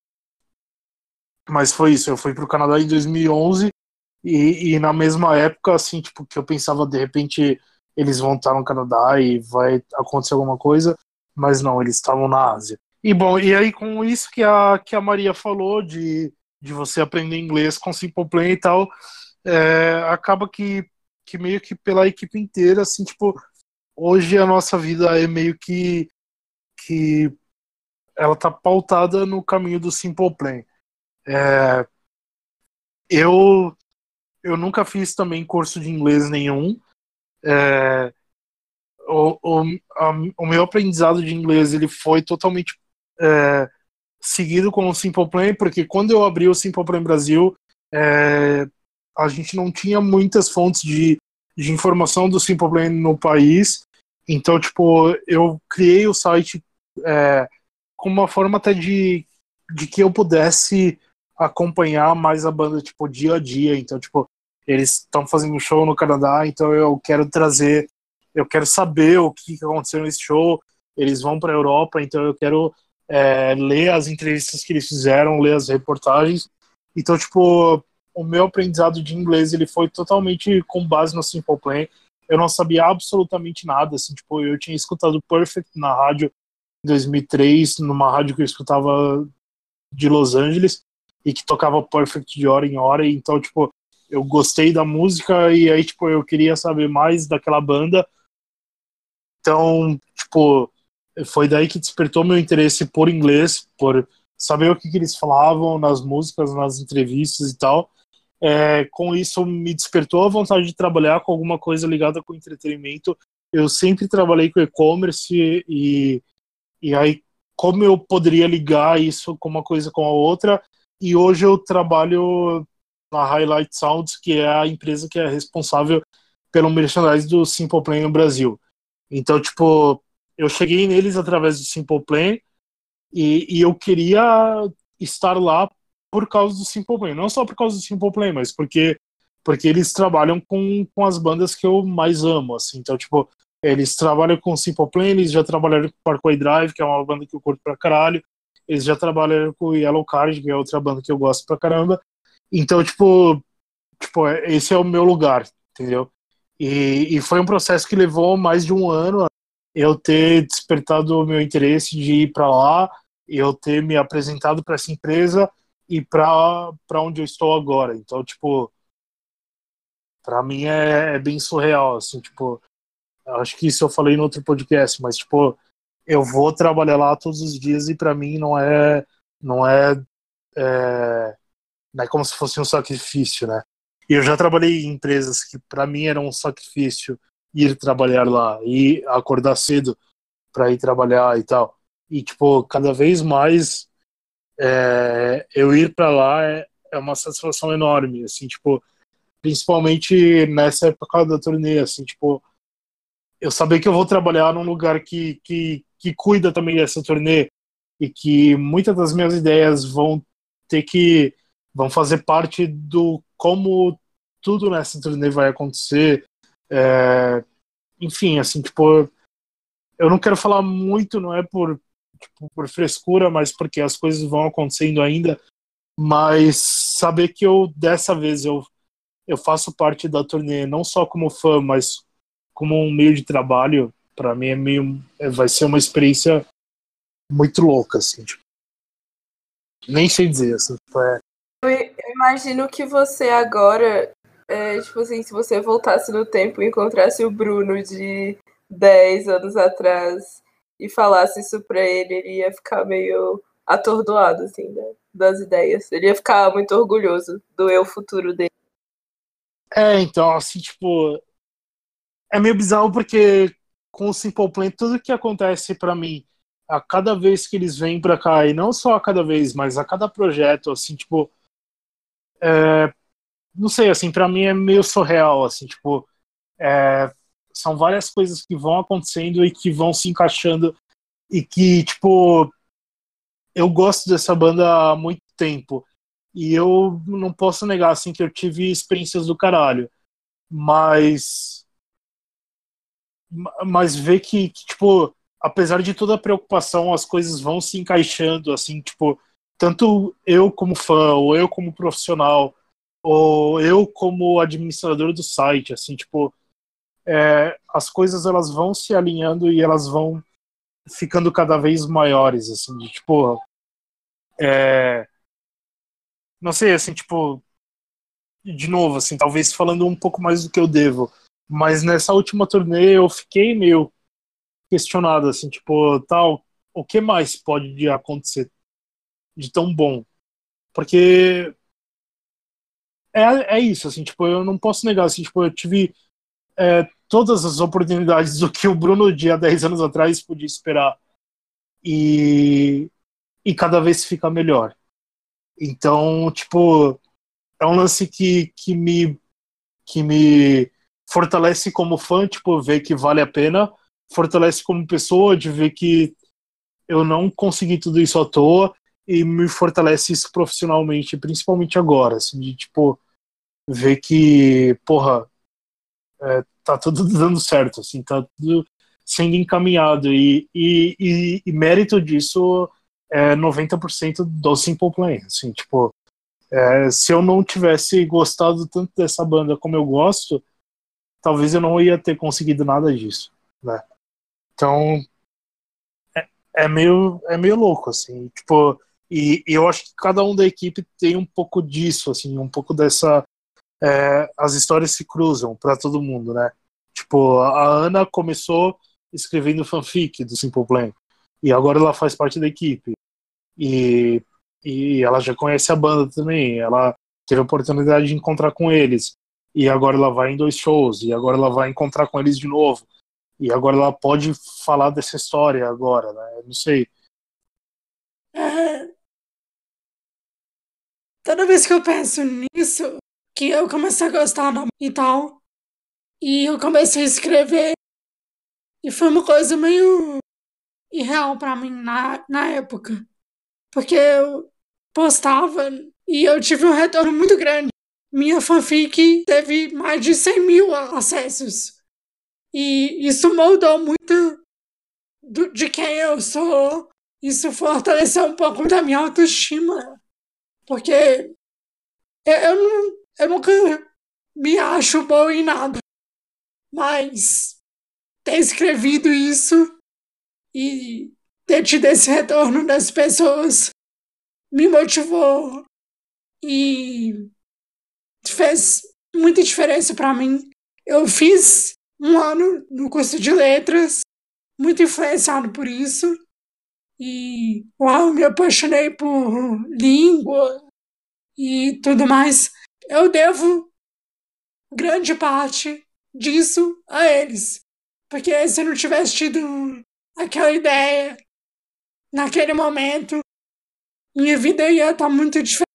Mas foi isso. Eu fui pro Canadá em dois mil e onze e, e na mesma época, assim, tipo, que eu pensava, de repente, eles vão estar no Canadá e vai acontecer alguma coisa. Mas não, eles estavam na Ásia. E bom, e aí com isso que a, que a Maria falou de, de você aprender inglês com Simple Plan e tal, é, acaba que, que meio que pela equipe inteira, assim, tipo, hoje a nossa vida é meio que, que ela tá pautada no caminho do Simple Plan. É, eu, eu nunca fiz também curso de inglês nenhum. É, o, o, a- o meu aprendizado de inglês ele foi totalmente é, seguido com o Simple Plan, porque quando eu abri o Simple Plan Brasil, é, a gente não tinha muitas fontes de, de informação do Simple Plan no país. Então, tipo, eu criei o site é, com uma forma até de, de que eu pudesse acompanhar mais a banda, tipo, dia a dia. Então, tipo, eles estão fazendo um show no Canadá, então eu quero trazer, eu quero saber o que que aconteceu nesse show. Eles vão para a Europa, então eu quero é, ler as entrevistas que eles fizeram, ler as reportagens. Então, tipo, o meu aprendizado de inglês ele foi totalmente com base no Simple Plan. eu não sabia absolutamente nada, assim, tipo, eu tinha escutado Perfect na rádio em dois mil e três, numa rádio que eu escutava de Los Angeles, e que tocava Perfect de hora em hora, e então, tipo, eu gostei da música, e aí, tipo, eu queria saber mais daquela banda. Então, tipo, foi daí que despertou meu interesse por inglês, por saber o que, que eles falavam nas músicas, nas entrevistas e tal. É, com isso, me despertou a vontade de trabalhar com alguma coisa ligada com entretenimento. Eu sempre trabalhei com e-commerce, e, e aí, como eu poderia ligar isso com uma coisa com a outra? E hoje eu trabalho na Highlight Sounds, que é a empresa que é responsável pelo merchandising do Simple Plan no Brasil. Então, tipo, eu cheguei neles através do Simple Plan, e, e eu queria estar lá por causa do Simple Plan. Não só por causa do Simple Plan, mas porque, porque eles trabalham com, com as bandas que eu mais amo, assim. Então, tipo, eles trabalham com o Simple Plan, eles já trabalharam com Parkway Drive, que é uma banda que eu curto pra caralho. Eles já trabalharam com o Yellow Card, que é outra banda que eu gosto pra caramba. Então, tipo, tipo esse é o meu lugar, entendeu? E, e foi um processo que levou mais de um ano eu ter despertado o meu interesse de ir para lá, eu ter me apresentado para essa empresa e para para onde eu estou agora. Então, tipo, para mim é, é bem surreal, assim, tipo, acho que isso eu falei no outro podcast, mas, tipo, eu vou trabalhar lá todos os dias e para mim não é não é, é não é como se fosse um sacrifício, né? E eu já trabalhei em empresas que para mim era um sacrifício ir trabalhar lá e acordar cedo para ir trabalhar e tal. E, tipo, cada vez mais é, eu ir para lá é, é uma satisfação enorme, assim, tipo, principalmente nessa época da turnê, assim, tipo, eu saber que eu vou trabalhar num lugar que, que, que cuida também dessa turnê e que muitas das minhas ideias vão ter que vão fazer parte do como tudo nessa turnê vai acontecer. É, enfim, assim, tipo, eu não quero falar muito, não é por, tipo, por frescura, mas porque as coisas vão acontecendo ainda, mas saber que eu, dessa vez, eu, eu faço parte da turnê, não só como fã, mas como um meio de trabalho, pra mim é meio, é, vai ser uma experiência muito louca, assim, tipo, nem sei dizer, assim, tipo, é... Eu imagino que você agora, é, tipo assim, se você voltasse no tempo e encontrasse o Bruno de dez anos atrás e falasse isso pra ele, ele ia ficar meio atordoado, assim, né, das ideias. Ele ia ficar muito orgulhoso do eu futuro dele. É, então, assim, tipo, é meio bizarro porque com o Simple Plan, tudo que acontece pra mim, a cada vez que eles vêm pra cá, e não só a cada vez, mas a cada projeto, assim, tipo, é, não sei, assim, pra mim é meio surreal, assim, tipo, é, são várias coisas que vão acontecendo e que vão se encaixando e que, tipo, eu gosto dessa banda há muito tempo e eu não posso negar, assim, que eu tive experiências do caralho, mas mas ver que, que tipo, apesar de toda a preocupação, as coisas vão se encaixando, assim, tipo, tanto eu como fã, ou eu como profissional, ou eu como administrador do site, assim, tipo, é, as coisas elas vão se alinhando e elas vão ficando cada vez maiores, assim, de, tipo, é, não sei, assim, tipo, de novo, assim, talvez falando um pouco mais do que eu devo, mas nessa última turnê eu fiquei meio questionado, assim, tipo, tal, o que mais pode acontecer de tão bom? Porque é, é isso, assim, tipo, eu não posso negar, assim, tipo, eu tive é, todas as oportunidades do que o Bruno de há dez anos atrás podia esperar e, e cada vez fica melhor. Então, tipo, é um lance que, que, me, que me fortalece como fã, tipo, ver que vale a pena, fortalece como pessoa, de ver que eu não consegui tudo isso à toa e me fortalece isso profissionalmente, principalmente agora, assim, de, tipo, ver que, porra, é, tá tudo dando certo, assim, tá tudo sendo encaminhado e, e, e, e mérito disso é noventa por cento do Simple Plan, assim, tipo, é, se eu não tivesse gostado tanto dessa banda como eu gosto, talvez eu não ia ter conseguido nada disso, né? Então, é, é, meio, é meio louco, assim, tipo, e, e eu acho que cada um da equipe tem um pouco disso, assim, um pouco dessa, é, as histórias se cruzam pra todo mundo, né? Tipo, a Ana começou escrevendo fanfic do Simple Plan, e agora ela faz parte da equipe, e, e ela já conhece a banda também, ela teve a oportunidade de encontrar com eles, e agora ela vai em dois shows, e agora ela vai encontrar com eles de novo, e agora ela pode falar dessa história agora, né? Não sei. É, toda vez que eu penso nisso, que eu comecei a gostar da e tal, e eu comecei a escrever, e foi uma coisa meio irreal pra mim na, na época, porque eu postava e eu tive um retorno muito grande. Minha fanfic teve mais de cem mil acessos. E isso moldou muito do, de quem eu sou. Isso fortaleceu um pouco da minha autoestima. Porque eu, eu, não, eu nunca me acho bom em nada. Mas ter escrevido isso e ter tido esse retorno das pessoas me motivou e fez muita diferença pra mim. Eu fiz um ano no curso de letras, muito influenciado por isso. E, uau, me apaixonei por língua e tudo mais. Eu devo grande parte disso a eles. Porque se eu não tivesse tido aquela ideia naquele momento, minha vida ia estar muito diferente.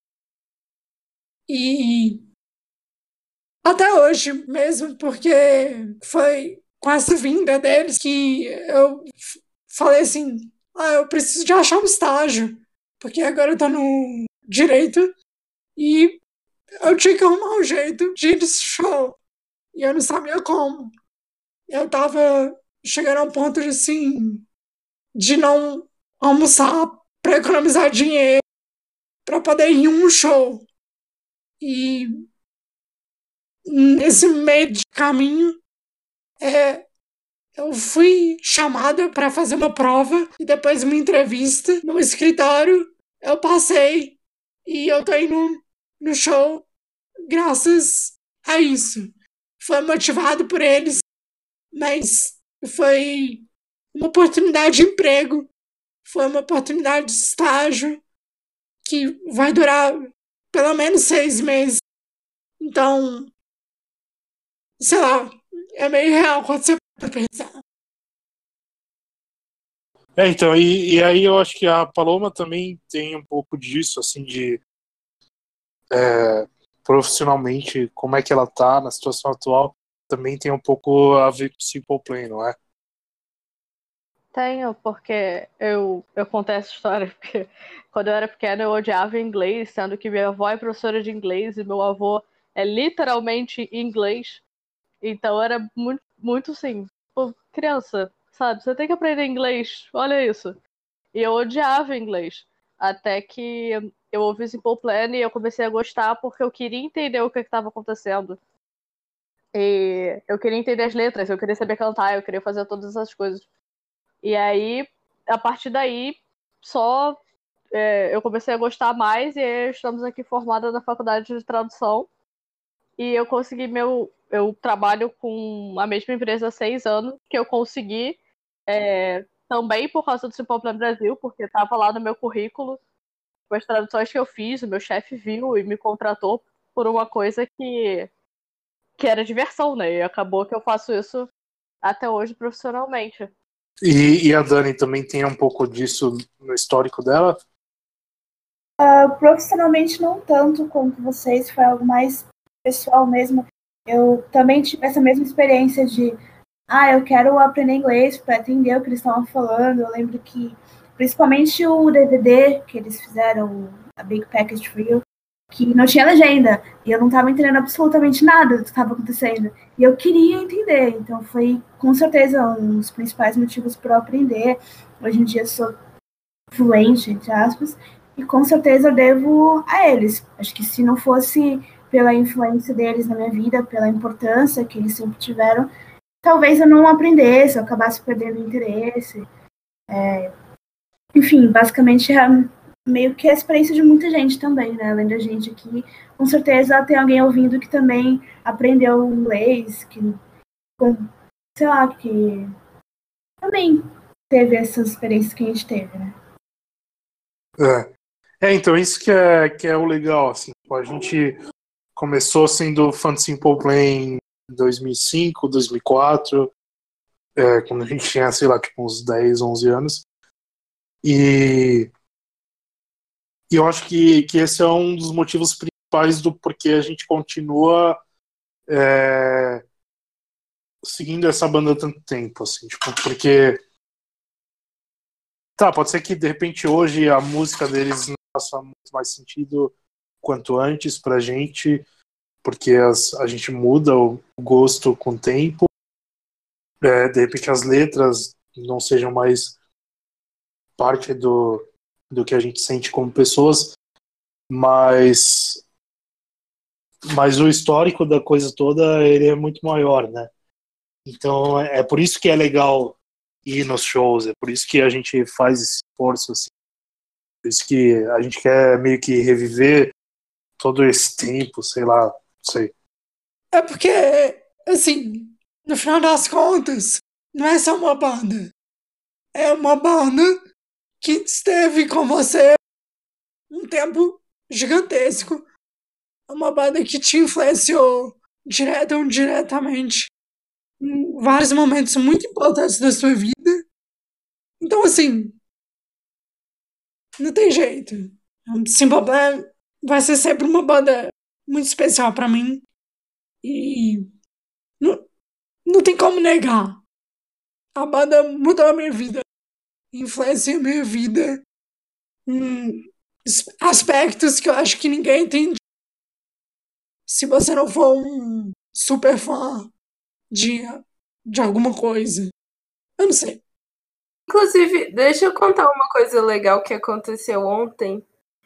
E até hoje mesmo, porque foi com essa vinda deles que eu falei assim, ah, eu preciso de achar um estágio, porque agora eu tô no direito e eu tinha que arrumar um jeito de ir nesse show. E eu não sabia como. Eu tava chegando a um ponto de, assim, de não almoçar pra economizar dinheiro pra poder ir em um show. E nesse meio de caminho, é, eu fui chamada para fazer uma prova e depois uma entrevista no escritório. Eu passei e eu tô indo no show graças a isso. Foi motivado por eles, mas foi uma oportunidade de emprego, foi uma oportunidade de estágio que vai durar pelo menos seis meses. Então, sei lá, é meio real quando você para pensar. É, então, e, e aí eu acho que a Paloma também tem um pouco disso, assim, de é, profissionalmente, como é que ela tá na situação atual, também tem um pouco a ver com o Simple Plan, não é? Tenho, porque eu, eu contei essa história porque quando eu era pequena eu odiava inglês, sendo que minha avó é professora de inglês e meu avô é literalmente inglês. Então era muito, muito assim, pô, criança, sabe? Você tem que aprender inglês, olha isso. E eu odiava inglês. Até que eu ouvi Simple Plan e eu comecei a gostar porque eu queria entender o que estava acontecendo. E eu queria entender as letras, eu queria saber cantar, eu queria fazer todas essas coisas. E aí, a partir daí, só é, eu comecei a gostar mais e estamos aqui formada na faculdade de tradução. E eu consegui meu... Eu trabalho com a mesma empresa há seis anos, que eu consegui é, também por causa do Simple Plan Brasil, porque estava lá no meu currículo, as traduções que eu fiz, o meu chefe viu e me contratou por uma coisa que, que era diversão, né? E acabou que eu faço isso até hoje profissionalmente. E, e a Dani também tem um pouco disso no histórico dela? Uh, profissionalmente não tanto quanto vocês, foi algo mais pessoal mesmo. Eu também tive essa mesma experiência de ah, eu quero aprender inglês para entender o que eles estavam falando. Eu lembro que, principalmente o D V D que eles fizeram, a Big Package for You, que não tinha legenda, e eu não estava entendendo absolutamente nada do que estava acontecendo. E eu queria entender, então foi, com certeza, um dos principais motivos para eu aprender. Hoje em dia sou fluente, entre aspas, e com certeza eu devo a eles. Acho que se não fosse pela influência deles na minha vida, pela importância que eles sempre tiveram, talvez eu não aprendesse, eu acabasse perdendo interesse. É, enfim, basicamente é meio que a experiência de muita gente também, né? Além da gente aqui, com certeza tem alguém ouvindo que também aprendeu inglês, que, sei lá, que também teve essas experiências que a gente teve, né? É, é então isso que é, que é o legal, assim, a gente começou sendo fã de Simple Plan em dois mil e cinco, dois mil e quatro, é, quando a gente tinha, sei lá, tipo, uns dez, onze anos. E, e eu acho que, que esse é um dos motivos principais do porquê a gente continua é, seguindo essa banda há tanto tempo, assim, tipo, porque tá, pode ser que de repente hoje a música deles não faça muito mais sentido quanto antes pra gente, porque as, a gente muda o gosto com o tempo, é, de repente as letras não sejam mais parte do, do que a gente sente como pessoas, mas, mas o histórico da coisa toda ele é muito maior, né? Então é, é por isso que é legal ir nos shows, é por isso que a gente faz esse esforço, assim, por isso que a gente quer meio que reviver todo esse tempo, sei lá, não sei. É porque, assim, no final das contas, não é só uma banda. É uma banda que esteve com você um tempo gigantesco. É uma banda que te influenciou direto ou indiretamente em vários momentos muito importantes da sua vida. Então, assim, não tem jeito. Simple Plan vai ser sempre uma banda muito especial pra mim. E não, não tem como negar. A banda mudou a minha vida. Influenciou a minha vida em aspectos que eu acho que ninguém entende. Se você não for um super fã de, de alguma coisa. Eu não sei. Inclusive, deixa eu contar uma coisa legal que aconteceu ontem.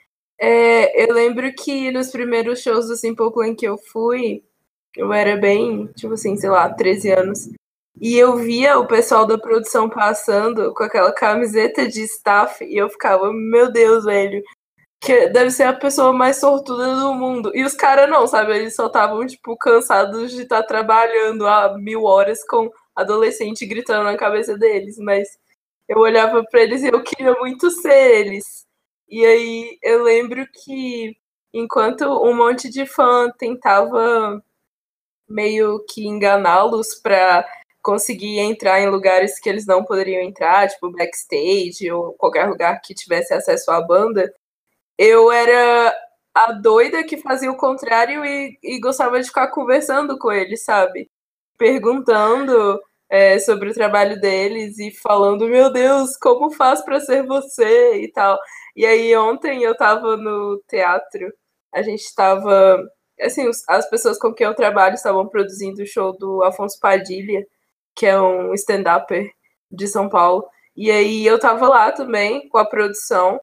É, eu lembro que nos primeiros shows do Simple Plan que eu fui, eu era bem, tipo assim, sei lá, treze anos. E eu via o pessoal da produção passando com aquela camiseta de staff e eu ficava, meu Deus, velho, que deve ser a pessoa mais sortuda do mundo. E os caras não, sabe? Eles só estavam, tipo, cansados de estar trabalhando há mil horas com adolescente gritando na cabeça deles. Mas eu olhava pra eles e eu queria muito ser eles. E aí eu lembro que enquanto um monte de fã tentava meio que enganá-los pra conseguir entrar em lugares que eles não poderiam entrar, tipo backstage ou qualquer lugar que tivesse acesso à banda, eu era a doida que fazia o contrário e, e gostava de ficar conversando com eles, sabe? Perguntando é, sobre o trabalho deles e falando, meu Deus, como faz pra ser você e tal. E aí ontem eu tava no teatro, a gente tava... Assim, as pessoas com quem eu trabalho estavam produzindo o show do Afonso Padilha, que é um stand-upper de São Paulo. E aí eu tava lá também com a produção.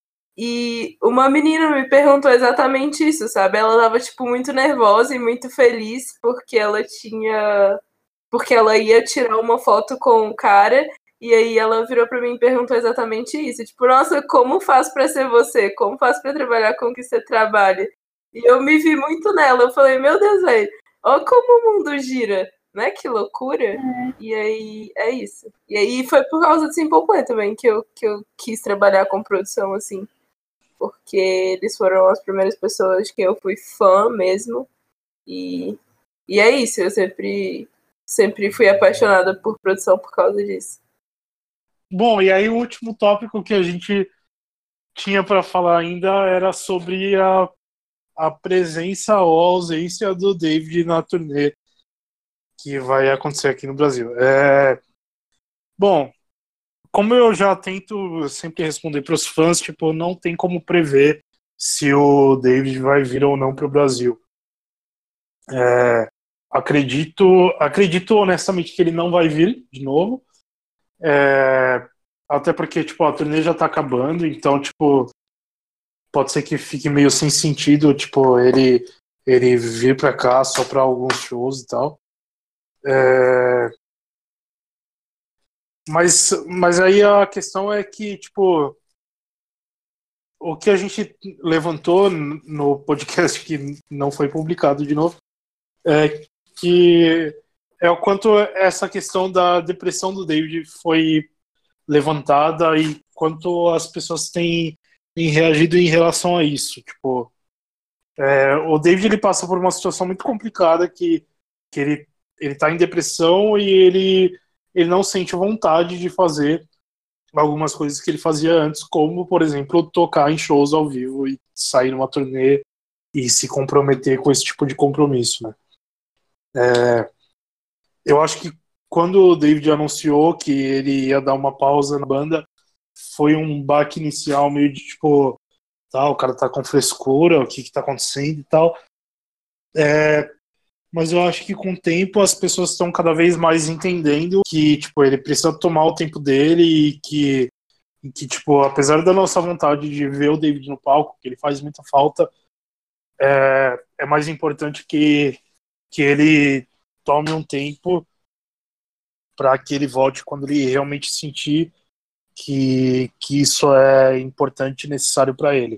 E uma menina me perguntou exatamente isso, sabe? Ela tava, tipo, muito nervosa e muito feliz porque ela tinha... Porque ela ia tirar uma foto com o cara e aí ela virou pra mim e perguntou exatamente isso. Tipo, nossa, como faz pra ser você? Como faz pra trabalhar com o que você trabalha? E eu me vi muito nela. Eu falei, meu Deus, velho, olha como o mundo gira, né? Que loucura. É. E aí, é isso. E aí foi por causa do Simple Plan também que eu, que eu quis trabalhar com produção, assim. Porque eles foram as primeiras pessoas que eu fui fã mesmo. E, e é isso, eu sempre, sempre fui apaixonada por produção por causa disso. Bom, e aí o último tópico que a gente tinha para falar ainda era sobre a a presença ou a ausência do David na turnê que vai acontecer aqui no Brasil. É... Bom, como eu já tento sempre responder para os fãs, tipo, não tem como prever se o David vai vir ou não para o Brasil. É... Acredito, acredito honestamente que ele não vai vir de novo. É... Até porque, tipo, a turnê já tá acabando, então, tipo, pode ser que fique meio sem sentido, tipo, ele, ele vir pra cá só pra alguns shows e tal. É... Mas, mas aí a questão é que, tipo, o que a gente levantou no podcast que não foi publicado de novo é que é o quanto essa questão da depressão do David foi levantada e quanto as pessoas têm, têm reagido em relação a isso. Tipo, é, o David ele passa por uma situação muito complicada que, que ele ele tá em depressão e ele, ele não sente vontade de fazer algumas coisas que ele fazia antes, como, por exemplo, tocar em shows ao vivo e sair numa turnê e se comprometer com esse tipo de compromisso, né? É, eu acho que quando o David anunciou que ele ia dar uma pausa na banda, foi um baque inicial meio de tipo, tá, o cara tá com frescura, o que que tá acontecendo e tal. É, mas eu acho que com o tempo as pessoas estão cada vez mais entendendo que, tipo, ele precisa tomar o tempo dele e que, e que tipo, apesar da nossa vontade de ver o David no palco, que ele faz muita falta, é, é mais importante que, que ele tome um tempo para que ele volte quando ele realmente sentir que, que isso é importante e necessário para ele.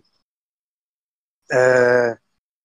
É,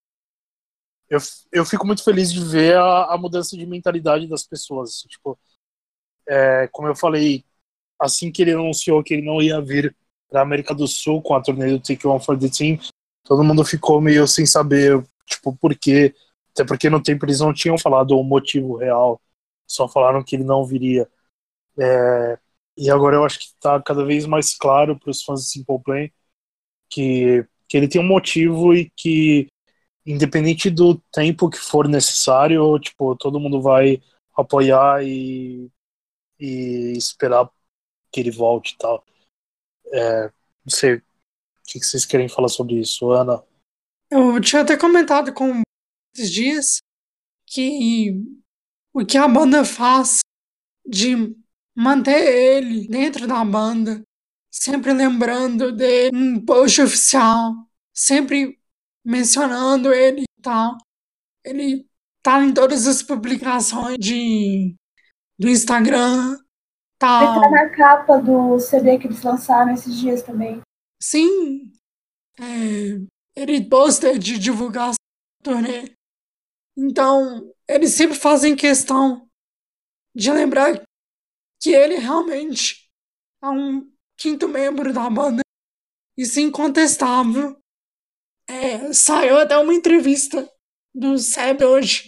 eu, eu fico muito feliz de ver a, a mudança de mentalidade das pessoas. Tipo, é, como eu falei, assim que ele anunciou que ele não ia vir para a América do Sul com a turnê do Take One for the Team, todo mundo ficou meio sem saber, tipo, por quê. Até porque no tempo eles não tinham falado o motivo real, só falaram que ele não viria. É, e agora eu acho que está cada vez mais claro para os fãs de Simple Plan que, que ele tem um motivo e que, independente do tempo que for necessário, tipo, todo mundo vai apoiar e, e esperar que ele volte e tal. É, não sei, o que vocês querem falar sobre isso, Ana? Eu tinha até comentado com esses dias que o que a banda faz de manter ele dentro da banda, sempre lembrando dele, um post oficial, sempre mencionando ele e tal. Ele tá em todas as publicações de, do Instagram, tal. Ele tá na capa do C D que eles lançaram esses dias também. Sim, é, ele posta de divulgação da turnê. Então, eles sempre fazem questão de lembrar que ele realmente é um quinto membro da banda. Isso é incontestável. É, saiu até uma entrevista do Seb hoje.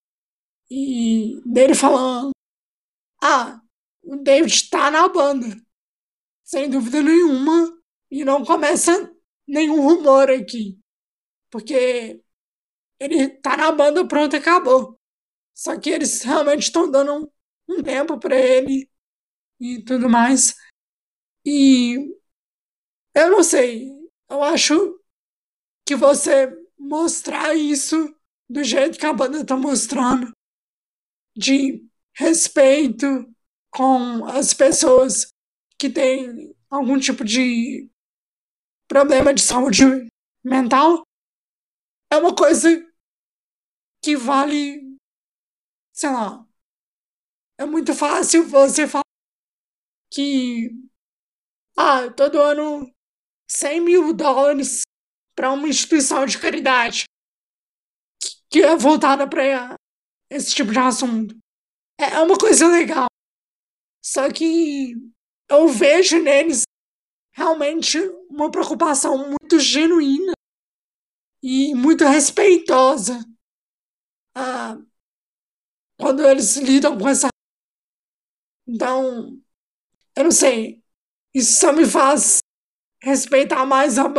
E dele falando: Ah, o David tá na banda. Sem dúvida nenhuma. E não começa nenhum rumor aqui. Porque ele tá na banda, pronto, acabou. Só que eles realmente estão dando um, um tempo pra ele e tudo mais. E eu não sei. Eu acho que você mostrar isso do jeito que a banda tá mostrando, de respeito com as pessoas que têm algum tipo de problema de saúde mental, é uma coisa que vale, sei lá, é muito fácil você falar que, ah, eu tô doando cem mil dólares para uma instituição de caridade que é voltada para esse tipo de assunto. É uma coisa legal. Só que eu vejo neles realmente uma preocupação muito genuína e muito respeitosa ah, quando eles lidam com essa. Então, eu não sei. Isso só me faz respeitar mais a banda.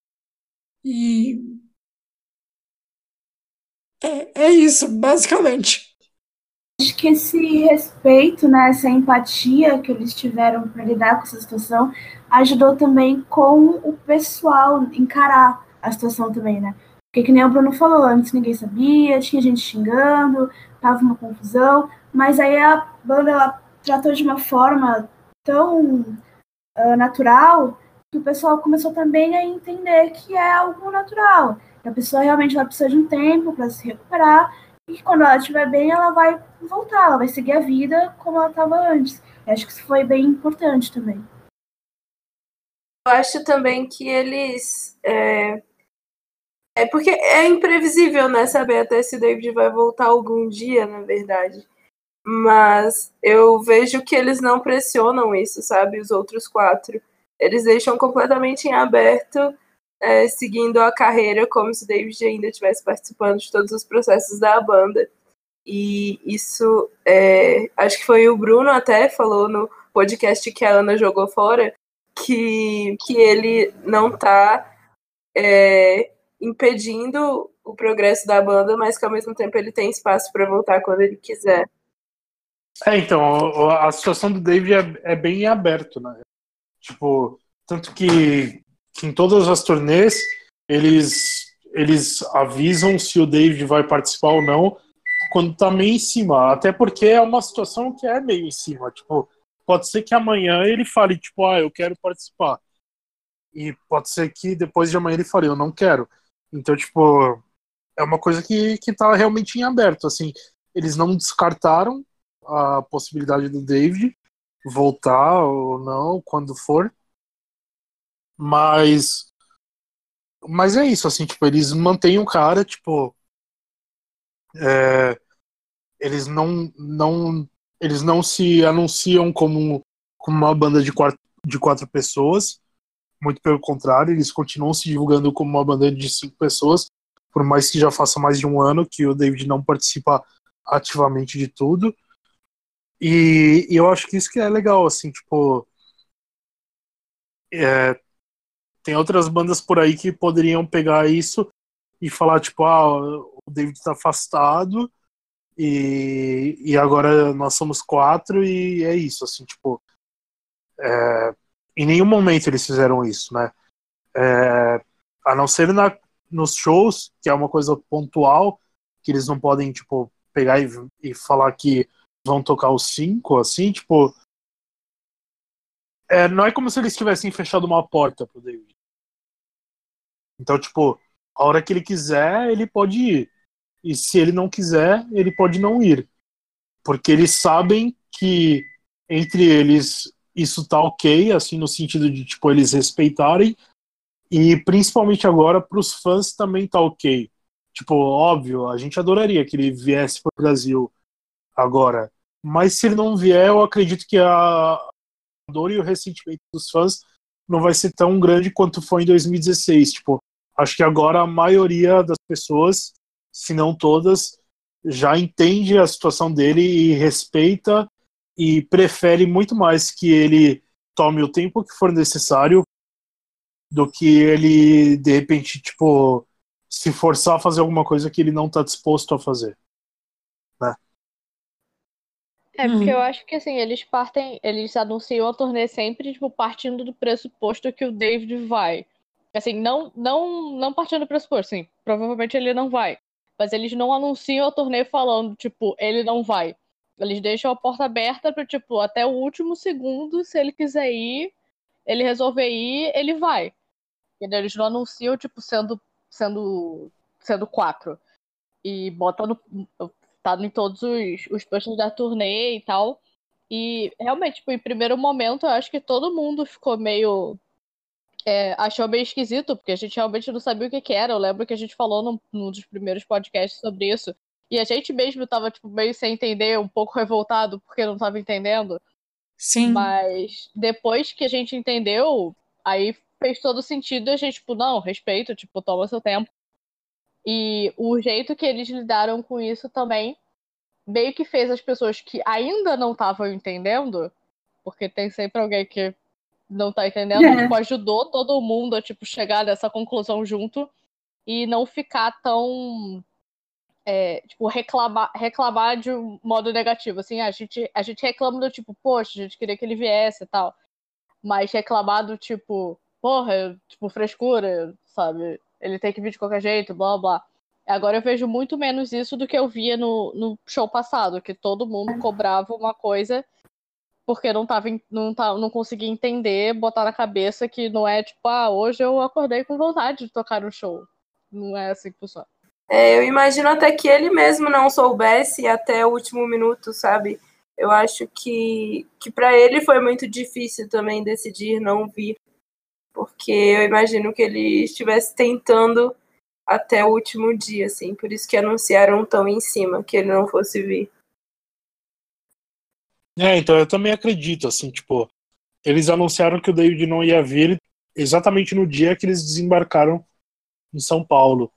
E é, é isso, basicamente. Acho que esse respeito, né, essa empatia que eles tiveram para lidar com essa situação ajudou também com o pessoal encarar a situação também, né? Porque que nem o Bruno falou, antes ninguém sabia, tinha gente xingando, tava uma confusão, mas aí a banda ela tratou de uma forma tão uh, natural que o pessoal começou também a entender que é algo natural. A pessoa realmente vai precisar de um tempo para se recuperar e que quando ela estiver bem, ela vai voltar, ela vai seguir a vida como ela estava antes. Eu acho que isso foi bem importante também. Eu acho também que eles... É, é porque é imprevisível, né, saber até se o David vai voltar algum dia, na verdade. Mas eu vejo que eles não pressionam isso, sabe? Os outros quatro. Eles deixam completamente em aberto, é, seguindo a carreira como se o David ainda estivesse participando de todos os processos da banda. E isso, é, acho que foi o Bruno até falou no podcast que a Ana jogou fora, que, que ele não tá é, impedindo o progresso da banda, mas que ao mesmo tempo ele tem espaço para voltar quando ele quiser. É, então, a, a situação do David é, é bem aberto, né? Tipo, tanto que, que em todas as turnês eles, eles avisam se o David vai participar ou não quando tá meio em cima. Até porque é uma situação que é meio em cima. Tipo, pode ser que amanhã ele fale, tipo, ah, eu quero participar. E pode ser que depois de amanhã ele fale, eu não quero. Então, tipo, é uma coisa que, que tá realmente em aberto. Assim, eles não descartaram a possibilidade do David voltar ou não, quando for. Mas mas é isso, assim, tipo, eles mantêm o cara, tipo, é, eles não não eles não se anunciam como, como uma banda de quatro, de quatro pessoas, muito pelo contrário, eles continuam se divulgando como uma banda de cinco pessoas, por mais que já faça mais de um ano que o David não participa ativamente de tudo. E, e eu acho que isso que é legal, assim, tipo, é, tem outras bandas por aí que poderiam pegar isso e falar, tipo, ah, o David tá afastado e, e agora nós somos quatro e é isso, assim, tipo, é, em nenhum momento eles fizeram isso, né? É, a não ser na, nos shows, que é uma coisa pontual, que eles não podem, tipo, pegar e, e falar que vão tocar os cinco, assim, tipo, é, não é como se eles tivessem fechado uma porta pro David. Então, tipo, a hora que ele quiser, ele pode ir. E se ele não quiser, ele pode não ir. Porque eles sabem que entre eles isso tá ok, assim, no sentido de, tipo, eles respeitarem. E principalmente agora, pros fãs também tá ok. Tipo, óbvio, a gente adoraria que ele viesse pro Brasil agora. Mas se ele não vier, eu acredito que a dor e o ressentimento dos fãs não vai ser tão grande quanto foi em dois mil e dezesseis. Tipo, acho que agora a maioria das pessoas, se não todas, já entende a situação dele e respeita e prefere muito mais que ele tome o tempo que for necessário do que ele, de repente, tipo, se forçar a fazer alguma coisa que ele não está disposto a fazer. Né? É, porque eu acho que assim, eles partem, eles anunciam a turnê sempre, tipo, partindo do pressuposto que o David vai. Assim, não, não, não partindo do pressuposto, assim, provavelmente ele não vai. Mas eles não anunciam a turnê falando, tipo, ele não vai. Eles deixam a porta aberta pra, tipo, até o último segundo, se ele quiser ir, ele resolver ir, ele vai. Entendeu? Eles não anunciam, tipo, sendo, sendo, sendo quatro. E botam no, tá em todos os, os posters da turnê e tal. E realmente, tipo, em primeiro momento, eu acho que todo mundo ficou meio. É, achou meio esquisito, porque a gente realmente não sabia o que, que era. Eu lembro que a gente falou num, num dos primeiros podcasts sobre isso. E a gente mesmo tava, tipo, meio sem entender, um pouco revoltado, porque não tava entendendo. Sim. Mas depois que a gente entendeu, aí fez todo sentido. A gente, tipo, não, respeito, tipo, toma seu tempo. E o jeito que eles lidaram com isso também meio que fez as pessoas que ainda não estavam entendendo, porque tem sempre alguém que não tá entendendo, É. tipo, ajudou todo mundo a, tipo, chegar nessa conclusão junto e não ficar tão, é, tipo, reclamar, reclamar de um modo negativo, assim, a gente, a gente reclama do tipo, poxa, a gente queria que ele viesse e tal, mas reclamar do tipo, porra, tipo, frescura, sabe, ele tem que vir de qualquer jeito, blá, blá. Agora eu vejo muito menos isso do que eu via no, no show passado, que todo mundo cobrava uma coisa porque não tava, não, tava, não conseguia entender, botar na cabeça que não é tipo, ah, hoje eu acordei com vontade de tocar no show. não é assim que funciona. É, eu imagino até que ele mesmo não soubesse até o último minuto, sabe? Eu acho que, que para ele foi muito difícil também decidir não vir, porque eu imagino que ele estivesse tentando até o último dia, assim, por isso que anunciaram tão em cima que ele não fosse vir. É, então eu também acredito, assim, tipo, eles anunciaram que o David não ia vir exatamente no dia que eles desembarcaram em São Paulo.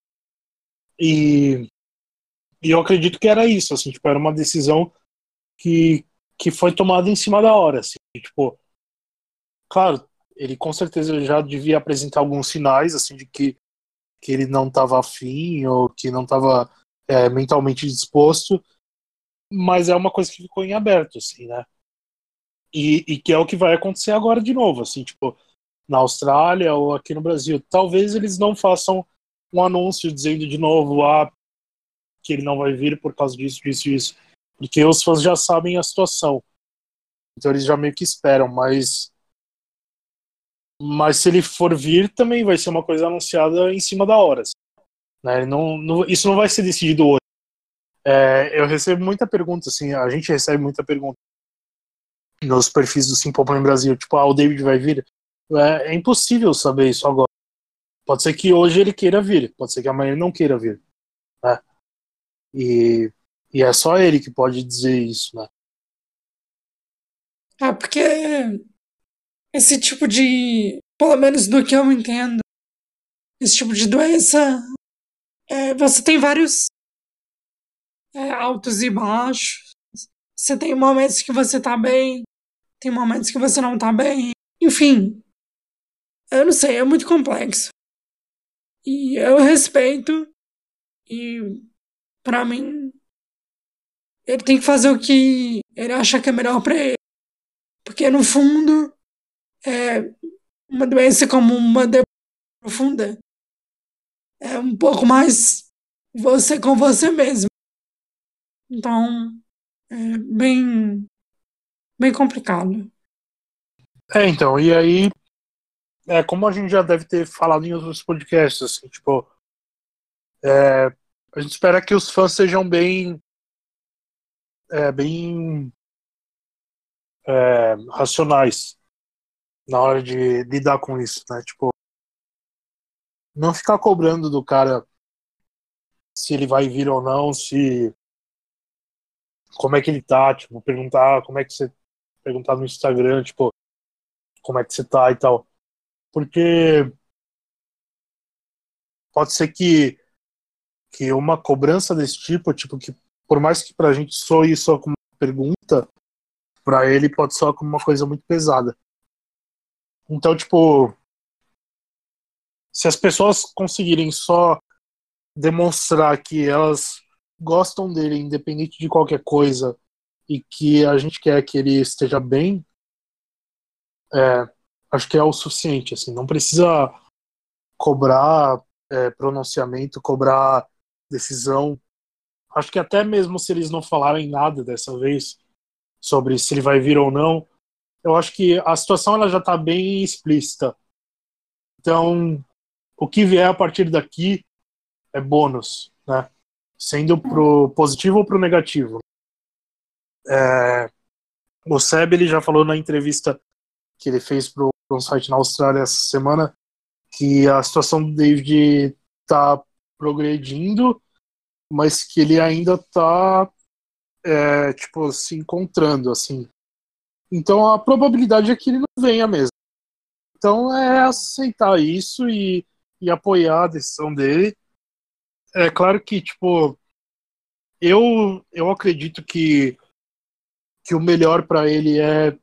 E, e eu acredito que era isso, assim, tipo, era uma decisão que, que foi tomada em cima da hora, assim, tipo, claro, ele com certeza já devia apresentar alguns sinais, assim, de que, que ele não estava afim ou que não estava é, mentalmente disposto, mas é uma coisa que ficou em aberto, assim, né? E, e que é o que vai acontecer agora de novo, assim, tipo, na Austrália ou aqui no Brasil. Talvez eles não façam um anúncio dizendo de novo ah, que ele não vai vir por causa disso, disso, disso. Porque os fãs já sabem a situação. Então eles já meio que esperam, mas mas se ele for vir, também vai ser uma coisa anunciada em cima da hora. Assim, né? Não, não, isso não vai ser decidido hoje. É, eu recebo muita pergunta, assim, a gente recebe muita pergunta nos perfis do Simple Plan Brasil, tipo, ah, o David vai vir? É, é impossível saber isso agora. Pode ser que hoje ele queira vir, pode ser que amanhã ele não queira vir, né? E, e é só ele que pode dizer isso, né? É, porque esse tipo de, pelo menos do que eu entendo, esse tipo de doença, é, você tem vários é, altos e baixos. Você tem momentos que você tá bem, tem momentos que você não tá bem. Enfim, eu não sei, é muito complexo. E eu respeito, e pra mim, ele tem que fazer o que ele acha que é melhor pra ele. Porque no fundo, é uma doença como uma depressão profunda. É um pouco mais você com você mesmo. Então, é bem, bem complicado. É, então, e aí, é, como a gente já deve ter falado em outros podcasts, assim, tipo, é, a gente espera que os fãs sejam bem, é, bem é, racionais na hora de lidar com isso, né? Tipo, não ficar cobrando do cara se ele vai vir ou não, se como é que ele tá, tipo, perguntar como é que você perguntar no Instagram, tipo, como é que você tá e tal. Porque pode ser que que uma cobrança desse tipo, tipo que por mais que pra gente soe só como uma pergunta, pra ele pode soar como uma coisa muito pesada. Então, tipo, se as pessoas conseguirem só demonstrar que elas gostam dele, independente de qualquer coisa, e que a gente quer que ele esteja bem, é, acho que é o suficiente. Assim, não precisa cobrar é, pronunciamento, cobrar decisão. Acho que até mesmo se eles não falarem nada dessa vez sobre se ele vai vir ou não, eu acho que a situação ela já está bem explícita. Então, o que vier a partir daqui é bônus, né? Sendo pro positivo ou pro negativo. É, o Seb ele já falou na entrevista que ele fez para um site na Austrália essa semana que a situação do David está progredindo, mas que ele ainda está é, tipo, se encontrando, assim. Então a probabilidade é que ele não venha mesmo. Então é aceitar isso e, e apoiar a decisão dele. É claro que, tipo, eu, eu acredito que, que o melhor para ele é,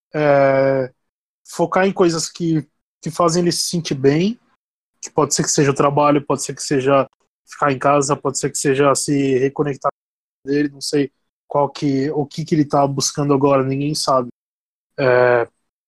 é focar em coisas que, que fazem ele se sentir bem, que pode ser que seja o trabalho, pode ser que seja ficar em casa, pode ser que seja se reconectar com ele, não sei qual que, o que, que ele tá buscando agora, ninguém sabe. É,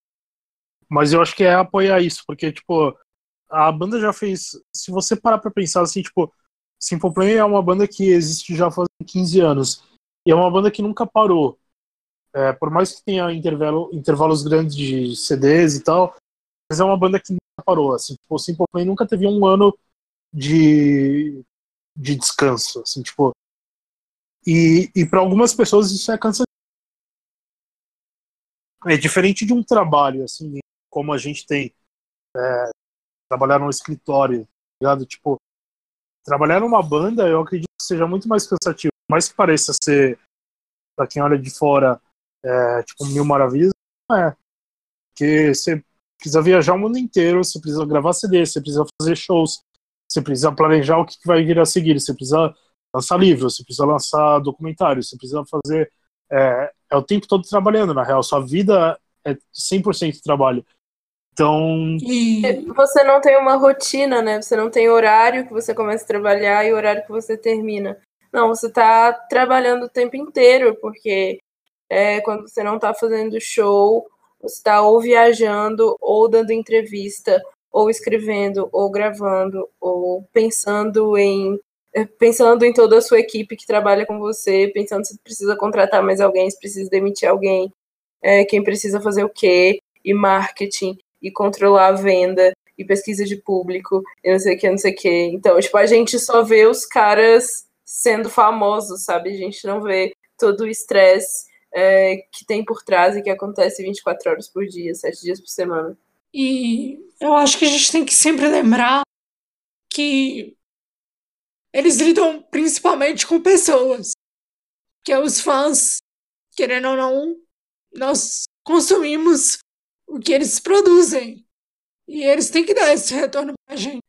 mas eu acho que é apoiar isso, porque, tipo, a banda já fez, se você parar pra pensar assim, tipo, Simple Plan é uma banda que existe já faz quinze anos, e é uma banda que nunca parou. É, por mais que tenha intervalo, intervalos grandes de C Ds e tal, mas é uma banda que nunca parou. Assim, tipo, o Simple Plan nunca teve um ano de, de descanso, assim, tipo, e, e para algumas pessoas isso é cansativo. É diferente de um trabalho, assim, como a gente tem, é, trabalhar num escritório, tá ligado? Tipo, trabalhar numa banda, eu acredito que seja muito mais cansativo, mais que pareça ser, pra quem olha de fora, é, tipo, mil maravilhas, não é. Porque você precisa viajar o mundo inteiro, você precisa gravar C D, você precisa fazer shows, você precisa planejar o que vai vir a seguir, você precisa lançar livros, você precisa lançar documentários, você precisa fazer... É, é o tempo todo trabalhando, na real. Sua vida é cem por cento trabalho. Então... E Você não tem uma rotina, né? Você não tem horário que você começa a trabalhar e horário que você termina. Não, você tá trabalhando o tempo inteiro, porque é, quando você não tá fazendo show, você tá ou viajando, ou dando entrevista, ou escrevendo, ou gravando, ou pensando em pensando em toda a sua equipe que trabalha com você, pensando se precisa contratar mais alguém, se precisa demitir alguém, é, quem precisa fazer o quê, e marketing, e controlar a venda, e pesquisa de público, e não sei o que, não sei o que. Então, tipo, a gente só vê os caras sendo famosos, sabe? A gente não vê todo o estresse é, que tem por trás e que acontece vinte e quatro horas por dia, sete dias por semana. E eu acho que a gente tem que sempre lembrar que eles lidam principalmente com pessoas, que é os fãs, querendo ou não, nós consumimos o que eles produzem e eles têm que dar esse retorno pra gente.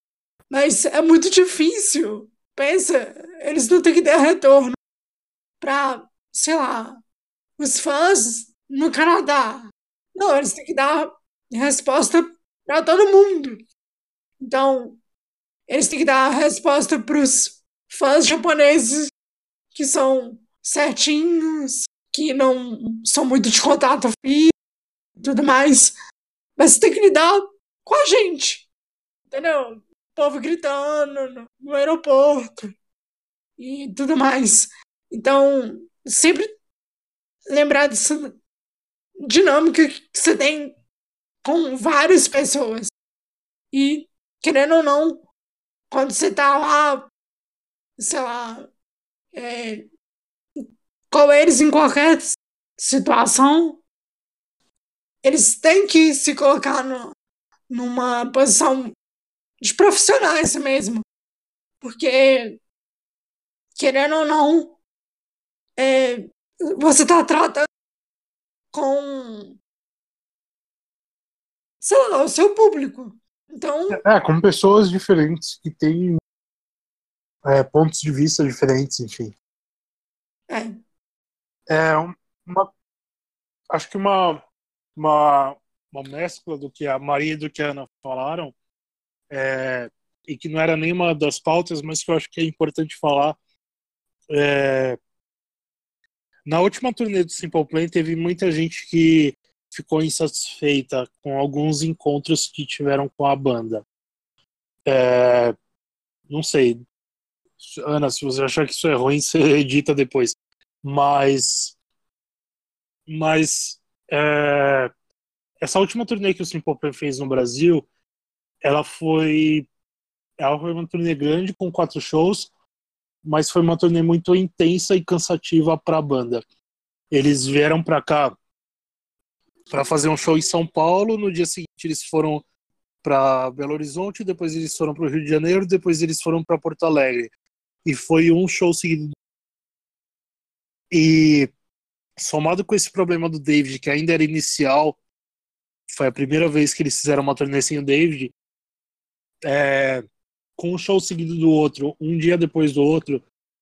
Mas é muito difícil. Pensa, eles não têm que dar retorno pra, sei lá, os fãs no Canadá. Não, eles têm que dar resposta pra todo mundo. Então, eles têm que dar resposta pros fãs japoneses que são certinhos, que não são muito de contato físico e tudo mais. Mas tem que lidar com a gente, entendeu? O povo gritando no, no aeroporto e tudo mais. Então, sempre lembrar dessa dinâmica que você tem com várias pessoas. E, querendo ou não, quando você tá lá, sei lá, é, com eles em qualquer situação, eles têm que se colocar no, numa posição de profissionais mesmo. Porque, querendo ou não, é, você tá tratando com, sei lá, o seu público. Então, É, com pessoas diferentes que têm é, pontos de vista diferentes, enfim. é, É uma, acho que uma, uma, uma mescla do que a Maria e do que a Ana falaram, é, e que não era nenhuma das pautas, mas que eu acho que é importante falar. É, na última turnê do Simple Plan, teve muita gente que ficou insatisfeita com alguns encontros que tiveram com a banda. É, não sei, Ana, se você achar que isso é ruim, você edita depois. Mas, mas é, essa última turnê que o Simple Plan fez no Brasil, ela foi, ela foi uma turnê grande com quatro shows, mas foi uma turnê muito intensa e cansativa para a banda. Eles vieram para cá para fazer um show em São Paulo, no dia seguinte eles foram para Belo Horizonte, depois eles foram para o Rio de Janeiro, depois eles foram para Porto Alegre. E foi um show seguido. E somado com esse problema do David, que ainda era inicial, foi a primeira vez que eles fizeram uma turnê sem o David, é, com um show seguido do outro, um dia depois do outro,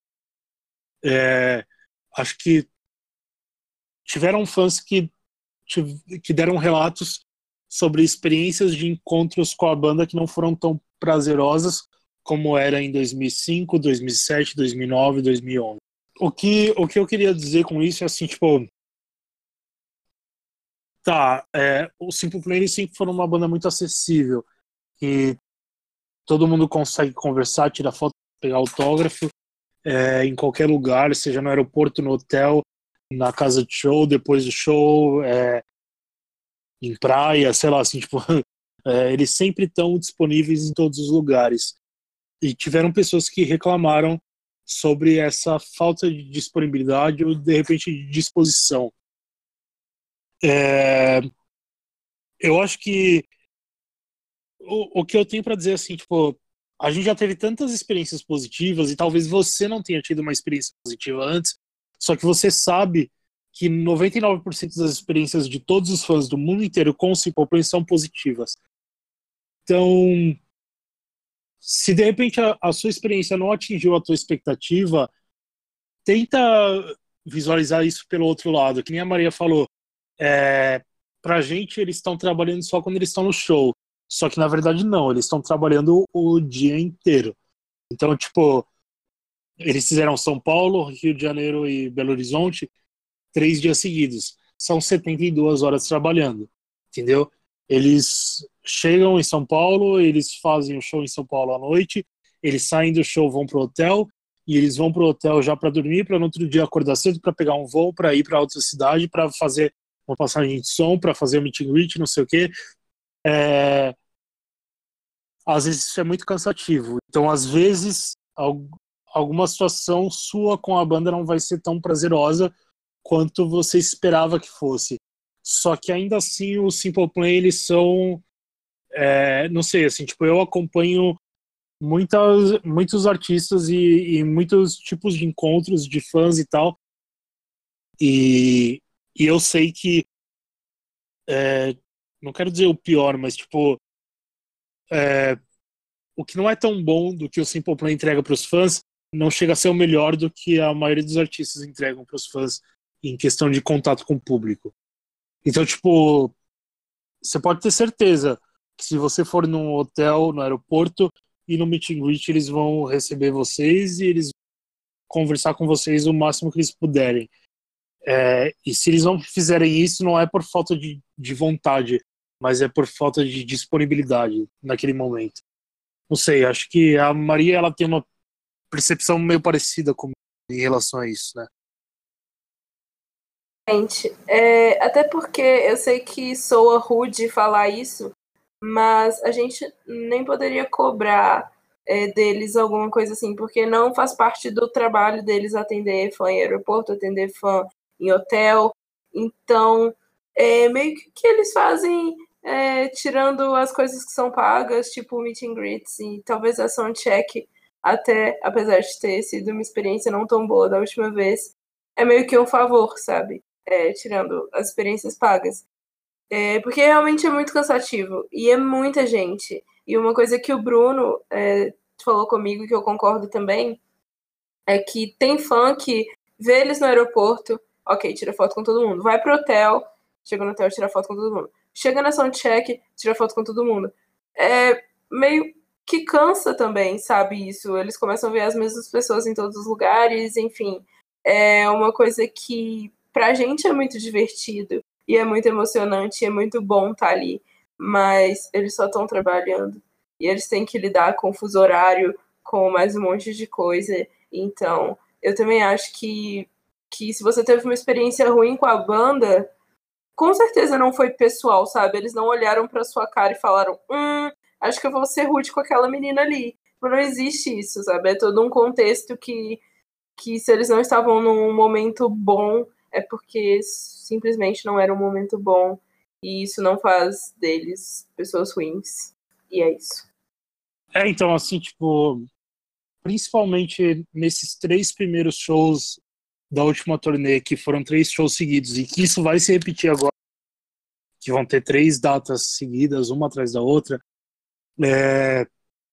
é, acho que tiveram fãs que, que deram relatos sobre experiências de encontros com a banda que não foram tão prazerosas como era em dois mil e cinco, dois mil e sete, dois mil e nove, dois mil e onze. O que, o que eu queria dizer com isso é assim, tipo, tá, é, o Simple Plan sempre foram uma banda muito acessível, que todo mundo consegue conversar, tirar foto, pegar autógrafo, é, em qualquer lugar, seja no aeroporto, no hotel, na casa de show, depois do show, é, em praia, sei lá, assim, tipo, é, eles sempre estão disponíveis em todos os lugares. e tiveram pessoas que reclamaram sobre essa falta de disponibilidade ou, de repente, de disposição. É, eu acho que o, o que eu tenho para dizer, assim, tipo, a gente já teve tantas experiências positivas e talvez você não tenha tido uma experiência positiva antes, só que você sabe que noventa e nove por cento das experiências de todos os fãs do mundo inteiro com o Simple Plan são positivas. Então, se de repente a, a sua experiência não atingiu a tua expectativa, tenta visualizar isso pelo outro lado. Que nem a Maria falou, é, pra gente eles estão trabalhando só quando eles estão no show. Só que na verdade não, eles estão trabalhando o dia inteiro. Então, tipo, eles fizeram São Paulo, Rio de Janeiro e Belo Horizonte três dias seguidos. São setenta e duas horas trabalhando, entendeu? Eles chegam em São Paulo, eles fazem o show em São Paulo à noite, eles saem do show, vão pro hotel, e eles vão pro hotel já para dormir, para no outro dia acordar cedo, para pegar um voo, para ir para outra cidade, para fazer uma passagem de som, para fazer um meet and greet, não sei o quê. É... Às vezes isso é muito cansativo. Então, às vezes, alguma situação sua com a banda não vai ser tão prazerosa quanto você esperava que fosse. Só que ainda assim os Simple Plan, eles são, é, não sei, assim, tipo, eu acompanho muitas, muitos artistas e, e muitos tipos de encontros de fãs e tal, e, e eu sei que, é, não quero dizer o pior, mas tipo, é, o que não é tão bom do que o Simple Plan entrega para os fãs não chega a ser o melhor do que a maioria dos artistas entregam para os fãs em questão de contato com o público. Então, tipo, você pode ter certeza que se você for num hotel, no aeroporto, e no meet and greet, eles vão receber vocês e eles vão conversar com vocês o máximo que eles puderem. É, e se eles não fizerem isso, não é por falta de, de vontade, mas é por falta de disponibilidade naquele momento. Não sei, acho que a Maria ela tem uma percepção meio parecida comigo em relação a isso, né? Gente, é, até porque eu sei que soa rude falar isso, mas a gente nem poderia cobrar é, deles alguma coisa assim, porque não faz parte do trabalho deles atender fã em aeroporto, atender fã em hotel. Então, é, meio que, que eles fazem é, tirando as coisas que são pagas, tipo meet and greets e talvez a soundcheck, até apesar de ter sido uma experiência não tão boa da última vez, é meio que um favor, sabe? É, tirando as experiências pagas. É, porque realmente é muito cansativo. E é muita gente. E uma coisa que o Bruno é, falou comigo, que eu concordo também, é que tem fã que vê eles no aeroporto, ok, tira foto com todo mundo. Vai pro hotel, chega no hotel, tira foto com todo mundo. Chega na soundcheck, tira foto com todo mundo. É meio que cansa também, sabe, isso. Eles começam a ver as mesmas pessoas em todos os lugares, enfim. É uma coisa que pra gente é muito divertido e é muito emocionante, e é muito bom estar ali, mas eles só estão trabalhando e eles têm que lidar com o fuso horário, com mais um monte de coisa. Então, eu também acho que, que se você teve uma experiência ruim com a banda, com certeza não foi pessoal, sabe? Eles não olharam pra sua cara e falaram, hum, acho que eu vou ser rude com aquela menina ali. Não existe isso, sabe? É todo um contexto que, que se eles não estavam num momento bom, é porque simplesmente não era um momento bom. E isso não faz deles pessoas ruins. E é isso. É, então, assim, tipo, principalmente nesses três primeiros shows da última turnê, que foram três shows seguidos, e que isso vai se repetir agora, que vão ter três datas seguidas, uma atrás da outra, é...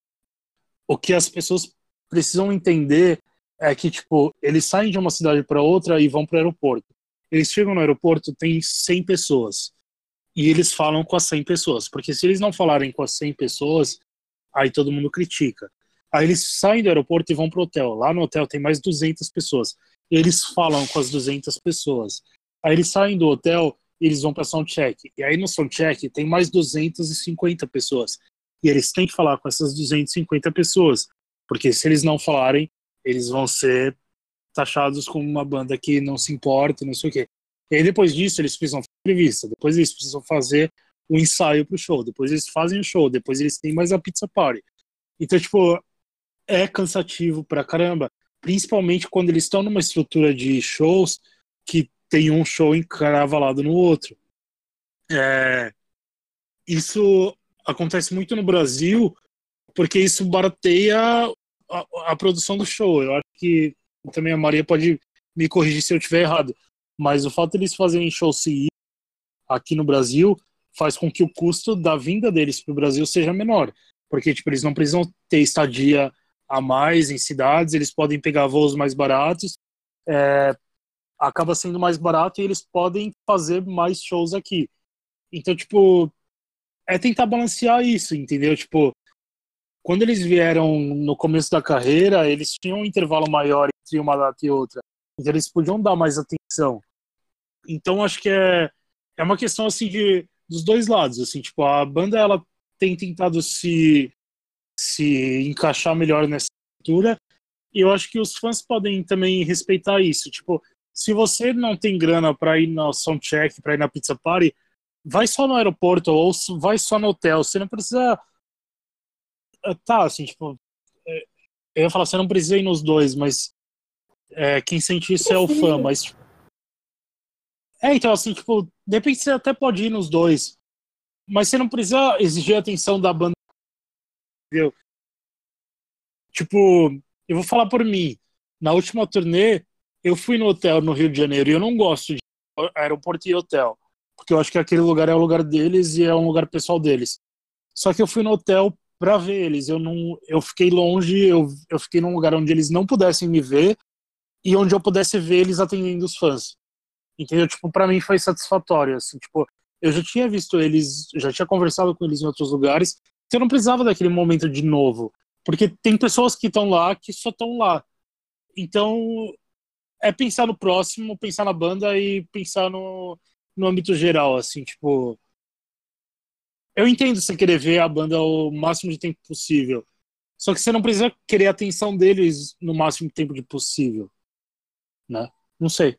o que as pessoas precisam entender é que, tipo, eles saem de uma cidade para outra e vão para o aeroporto. Eles chegam no aeroporto, tem cem pessoas. E eles falam com as cem pessoas. Porque se eles não falarem com as cem pessoas, aí todo mundo critica. Aí eles saem do aeroporto e vão pro hotel. Lá no hotel tem mais duzentas pessoas. Eles falam com as duzentas pessoas. Aí eles saem do hotel e eles vão pra soundcheck. E aí no soundcheck tem mais duzentas e cinquenta pessoas. E eles têm que falar com essas duzentas e cinquenta pessoas. Porque se eles não falarem, eles vão ser taxados como uma banda que não se importa, não sei o quê. E aí depois disso eles precisam fazer entrevista, depois eles precisam fazer o ensaio pro show, depois eles fazem o show, depois eles têm mais a pizza party. Então, tipo, é cansativo pra caramba. Principalmente quando eles estão numa estrutura de shows que tem um show encaravalado no outro. É, isso acontece muito no Brasil, porque isso barateia a, a produção do show. Eu acho que também a Maria pode me corrigir se eu estiver errado, mas o fato de eles fazerem show seguido aqui no Brasil faz com que o custo da vinda deles para o Brasil seja menor, porque tipo, eles não precisam ter estadia a mais em cidades, eles podem pegar voos mais baratos, é, acaba sendo mais barato e eles podem fazer mais shows aqui. Então, tipo, é tentar balancear isso, entendeu? Tipo, quando eles vieram no começo da carreira, eles tinham um intervalo maior entre uma data e outra. Então eles podiam dar mais atenção. Então acho que é, é uma questão assim de dos dois lados, assim, tipo, a banda ela tem tentado se se encaixar melhor nessa cultura, e eu acho que os fãs podem também respeitar isso. Tipo, se você não tem grana para ir no soundcheck, para ir na pizza party, vai só no aeroporto ou vai só no hotel. Você não precisa. Tá, assim, tipo. Eu ia falar, você não precisa ir nos dois, mas é, quem sente isso é o fã. Mas. É, então, assim, tipo, de repente você até pode ir nos dois, mas você não precisa exigir a atenção da banda. Entendeu? Tipo, eu vou falar por mim. Na última turnê, eu fui no hotel no Rio de Janeiro e eu não gosto de aeroporto e hotel, porque eu acho que aquele lugar é o lugar deles e é um lugar pessoal deles. Só que eu fui no hotel pra ver eles. Eu não, eu fiquei longe, eu, eu fiquei num lugar onde eles não pudessem me ver e onde eu pudesse ver eles atendendo os fãs. Entendeu? Tipo, pra mim foi satisfatório, assim, tipo, eu já tinha visto eles, já tinha conversado com eles em outros lugares, então eu não precisava daquele momento de novo, porque tem pessoas que estão lá que só estão lá. Então, é pensar no próximo, pensar na banda e pensar no, no âmbito geral, assim, tipo, eu entendo você querer ver a banda o máximo de tempo possível, só que você não precisa querer a atenção deles no máximo de tempo de possível, né? Não sei.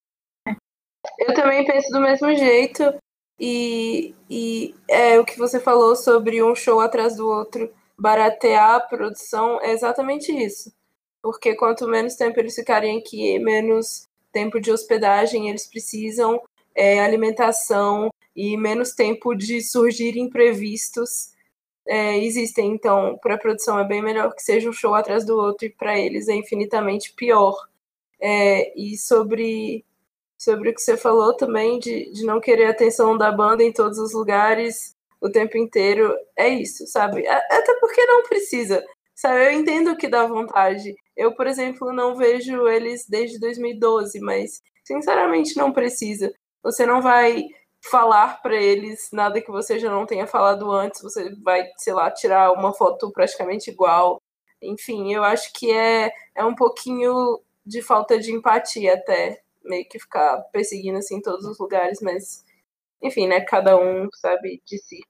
Eu também penso do mesmo jeito, e, e é o que você falou sobre um show atrás do outro, baratear a produção, é exatamente isso. Porque quanto menos tempo eles ficarem aqui, menos tempo de hospedagem eles precisam, é, alimentação e menos tempo de surgir imprevistos é, existem. Então, para a produção é bem melhor que seja um show atrás do outro, e para eles é infinitamente pior. É, e sobre... sobre o que você falou também, de, de não querer a atenção da banda em todos os lugares, o tempo inteiro, é isso, sabe? Até porque não precisa, sabe? Eu entendo que dá vontade. Eu, por exemplo, não vejo eles desde dois mil e doze, mas, sinceramente, não precisa. Você não vai falar para eles nada que você já não tenha falado antes, você vai, sei lá, tirar uma foto praticamente igual. Enfim, eu acho que é, é um pouquinho de falta de empatia até, meio que ficar perseguindo assim em todos os lugares, mas enfim, né, cada um sabe de si.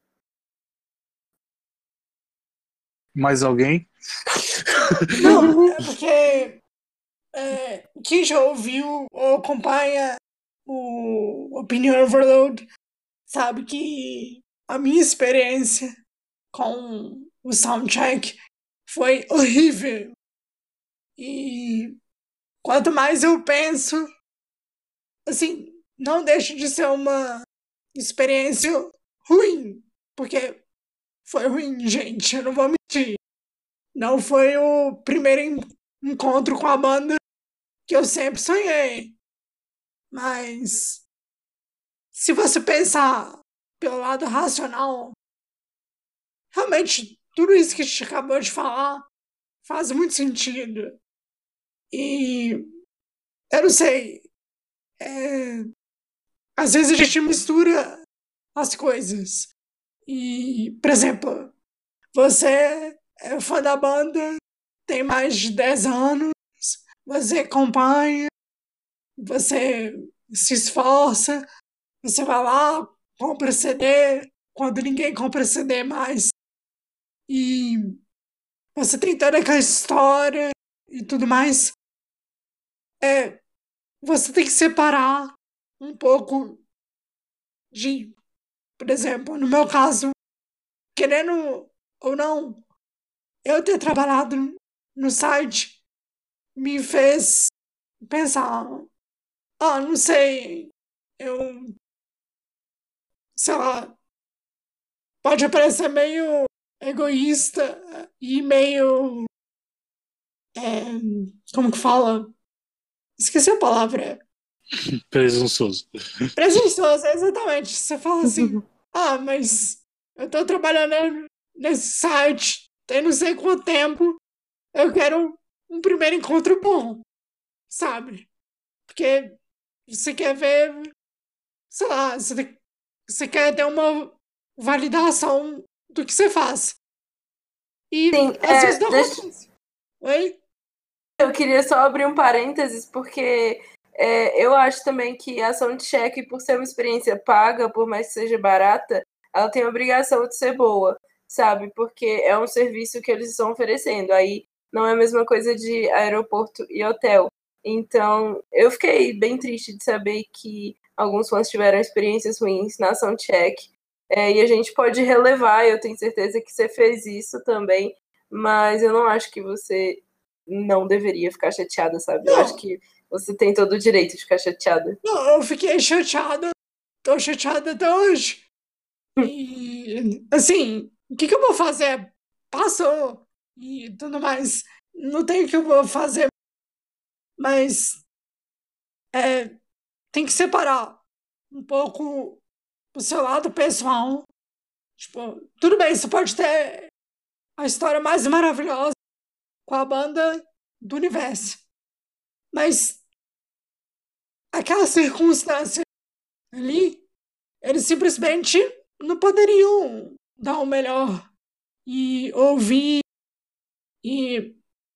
Mais alguém? Não, é porque é, quem já ouviu ou acompanha o Opinion Overload sabe que a minha experiência com o soundcheck foi horrível. E quanto mais eu penso, assim, não deixa de ser uma experiência ruim, porque foi ruim, gente, eu não vou mentir. Não foi o primeiro encontro com a banda que eu sempre sonhei. Mas se você pensar pelo lado racional, realmente tudo isso que a gente acabou de falar faz muito sentido. E eu não sei, é, às vezes a gente mistura as coisas. E, por exemplo, você é fã da banda, tem mais de dez anos, você acompanha, você se esforça, você vai lá, compra C D, quando ninguém compra C D mais. E você tem toda aquela história e tudo mais. É, você tem que separar um pouco de, por exemplo, no meu caso, querendo ou não, eu ter trabalhado no site me fez pensar, ah, não sei, eu, sei lá, pode parecer meio egoísta e meio, é, como que fala? Esqueci a palavra. Presunçoso. Presunçoso, exatamente. Você fala assim, ah, mas eu tô trabalhando nesse site tem não sei quanto tempo, eu quero um primeiro encontro bom, sabe? Porque você quer ver, sei lá, você, você quer ter uma validação do que você faz. E Sim, às é, vezes não deixa- acontece. Oi? Eu queria só abrir um parênteses, porque é, eu acho também que a Soundcheck, por ser uma experiência paga, por mais que seja barata, ela tem a obrigação de ser boa, sabe? Porque é um serviço que eles estão oferecendo. Aí não é a mesma coisa de aeroporto e hotel. Então, eu fiquei bem triste de saber que alguns fãs tiveram experiências ruins na Soundcheck. É, e a gente pode relevar, eu tenho certeza que você fez isso também, mas eu não acho que você não deveria ficar chateada, sabe? Eu Não. acho que você tem todo o direito de ficar chateada. Não, eu fiquei chateada. Tô chateada até hoje. E, assim, o que, que eu vou fazer? Passou e tudo mais. Não tem o que eu vou fazer. Mas é, tem que separar um pouco o seu lado pessoal. Tipo, tudo bem, você pode ter a história mais maravilhosa com a banda do universo. Mas aquela circunstância ali, eles simplesmente não poderiam dar o melhor e ouvir e,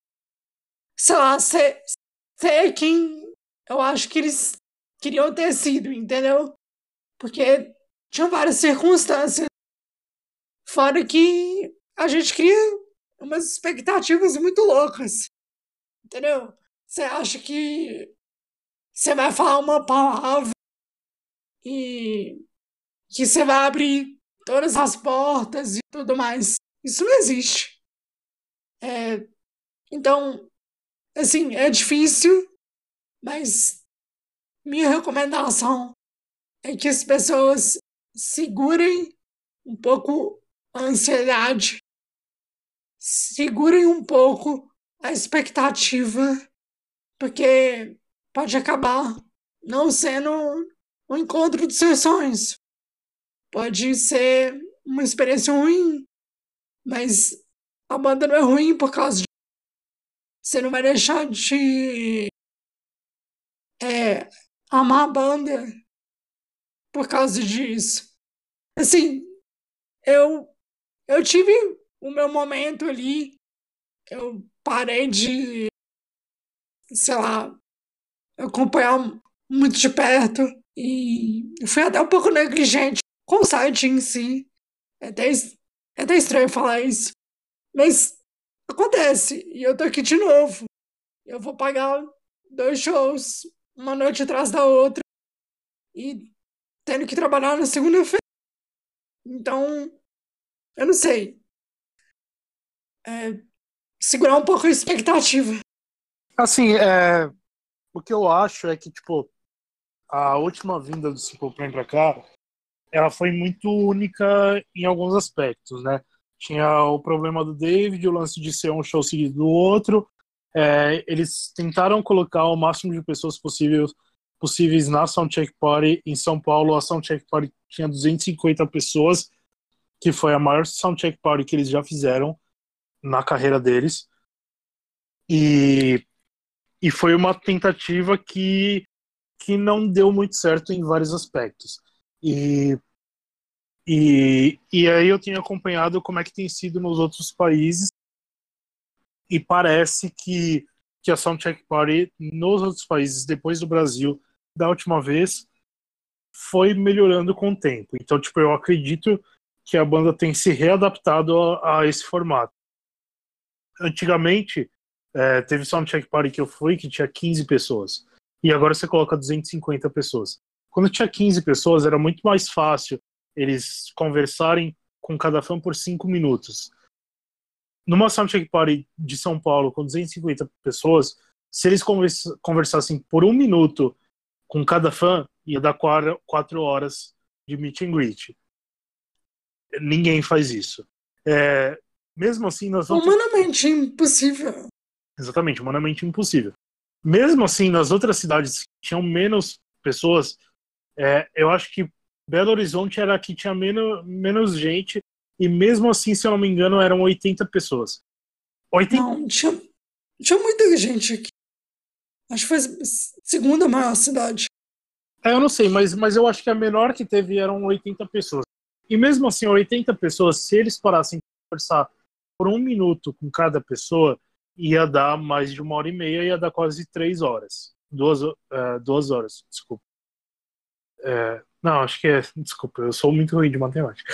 sei lá, ser, ser quem eu acho que eles queriam ter sido, entendeu? Porque tinham várias circunstâncias. Fora que a gente cria umas expectativas muito loucas, entendeu? Você acha que você vai falar uma palavra e que você vai abrir todas as portas e tudo mais. Isso não existe. É, então, assim, é difícil, mas minha recomendação é que as pessoas segurem um pouco a ansiedade, segurem um pouco a expectativa, porque pode acabar não sendo um encontro dos seus sonhos. Pode ser uma experiência ruim, mas a banda não é ruim por causa de. Você não vai deixar de é, amar a banda por causa disso. Assim, eu, eu tive o meu momento ali, eu parei de, sei lá, acompanhar muito de perto e fui até um pouco negligente com o site em si. É até, é até estranho falar isso, mas acontece, e eu tô aqui de novo. Eu vou pagar dois shows, uma noite atrás da outra, e tendo que trabalhar na segunda-feira. Então, eu não sei. É, segurar um pouco a expectativa. Assim, é, o que eu acho é que, tipo, a última vinda do Simple Plan pra cá, ela foi muito única em alguns aspectos, né? Tinha o problema do David, o lance de ser um show seguido do outro. É, eles tentaram colocar o máximo de pessoas possíveis, possíveis na Soundcheck Party. Em São Paulo, a Soundcheck Party tinha duzentas e cinquenta pessoas, que foi a maior Soundcheck Party que eles já fizeram na carreira deles. E, e foi uma tentativa que, que não deu muito certo em vários aspectos. E, e, e aí eu tenho acompanhado como é que tem sido nos outros países, e parece que, que a Soundcheck Party nos outros países, depois do Brasil, da última vez, foi melhorando com o tempo. Então, tipo, eu acredito que a banda tem se readaptado a, a esse formato. Antigamente, é, teve Soundcheck Party que eu fui que tinha quinze pessoas. E agora você coloca duzentas e cinquenta pessoas. Quando tinha quinze pessoas, era muito mais fácil eles conversarem com cada fã por cinco minutos. numa Soundcheck Party de São Paulo com duzentas e cinquenta pessoas, se eles conversa, conversassem por um minuto com cada fã, ia dar quatro, quatro horas de meet and greet. Ninguém faz isso. É, mesmo assim, nas outras... Humanamente impossível. Exatamente, humanamente impossível. Mesmo assim, nas outras cidades que tinham menos pessoas, é, eu acho que Belo Horizonte era a que tinha menos, menos gente, e mesmo assim, se eu não me engano, eram oitenta pessoas. oitenta... Não, tinha, tinha muita gente aqui. Acho que foi a segunda maior cidade. É, eu não sei, mas, mas eu acho que a menor que teve eram oitenta pessoas. E mesmo assim, oitenta pessoas, se eles parassem de conversar por um minuto com cada pessoa, ia dar mais de uma hora e meia, ia dar quase três horas. Duas, uh, duas horas, desculpa. É, não, acho que é. Desculpa, eu sou muito ruim de matemática.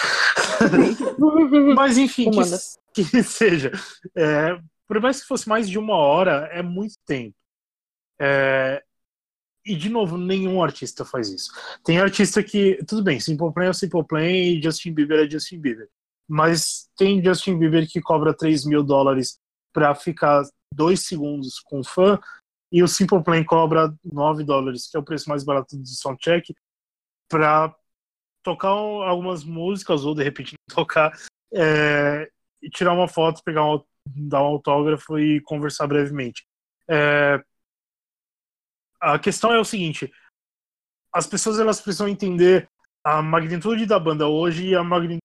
Mas enfim, que, que seja. É, por mais que fosse mais de uma hora, é muito tempo. É, e, de novo, nenhum artista faz isso. Tem artista que. Tudo bem, Simple Plan é Simple Plan e Justin Bieber é Justin Bieber. Mas tem Justin Bieber que cobra três mil dólares pra ficar dois segundos com o fã, e o Simple Plan cobra nove dólares, que é o preço mais barato do Soundcheck, pra tocar algumas músicas, ou de repente tocar, é, e tirar uma foto, pegar um, dar um autógrafo e conversar brevemente. É, a questão é o seguinte: as pessoas elas precisam entender a magnitude da banda hoje e a magnitude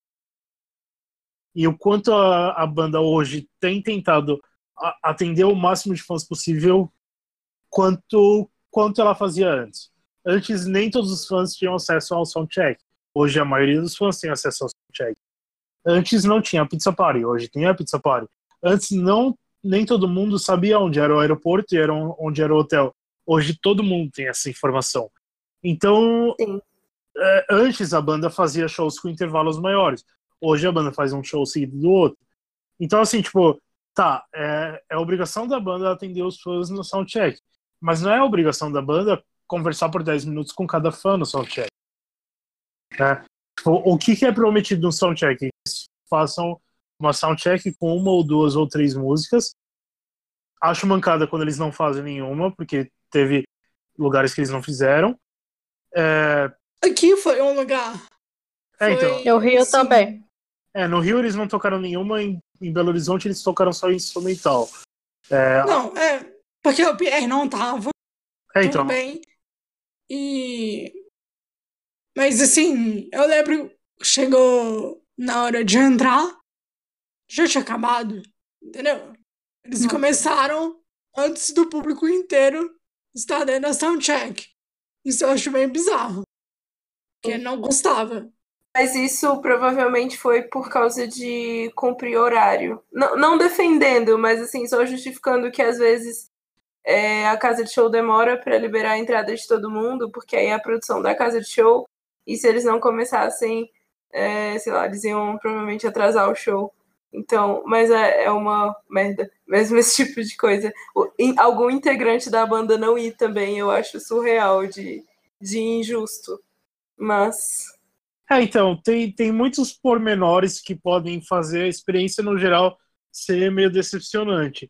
e o quanto a, a banda hoje tem tentado a, atender o máximo de fãs possível, quanto quanto ela fazia antes. Antes nem todos os fãs tinham acesso ao Soundcheck. Hoje a maioria dos fãs tem acesso ao Soundcheck. Antes não tinha a Pizza Party, hoje tem a Pizza Party. Antes não, nem todo mundo sabia onde era o aeroporto e era onde era o hotel. Hoje todo mundo tem essa informação. Então, é, antes a banda fazia shows com intervalos maiores. Hoje a banda faz um show seguido do outro. Então, assim, tipo, tá, é, é obrigação da banda atender os fãs no Soundcheck. Mas não é obrigação da banda conversar por dez minutos com cada fã no Soundcheck. Né? Tipo, o que, que é prometido no Soundcheck? Eles façam uma Soundcheck com uma ou duas ou três músicas. Acho mancada quando eles não fazem nenhuma, porque teve lugares que eles não fizeram. É... Aqui foi um lugar. É, então. E o Rio sim. também. É, no Rio eles não tocaram nenhuma, em, em Belo Horizonte eles tocaram só instrumental. É... Não, é. Porque o Pierre não tava. É, Tudo então. bem. E. Mas assim, eu lembro, chegou na hora de entrar, já tinha acabado, entendeu? Eles Nossa. começaram antes do público inteiro estar dentro da Soundcheck. Isso eu acho bem bizarro. Porque não gostava. Mas isso provavelmente foi por causa de cumprir horário. Não, não defendendo, mas assim, só justificando que às vezes é, a casa de show demora para liberar a entrada de todo mundo, porque aí é a produção da casa de show, e se eles não começassem, é, sei lá, eles iam provavelmente atrasar o show. Então, mas é, é uma merda, mesmo esse tipo de coisa. O, in, algum integrante da banda não ir também, eu acho surreal, de, de injusto. Mas... É, então, tem, tem muitos pormenores que podem fazer a experiência, no geral, ser meio decepcionante.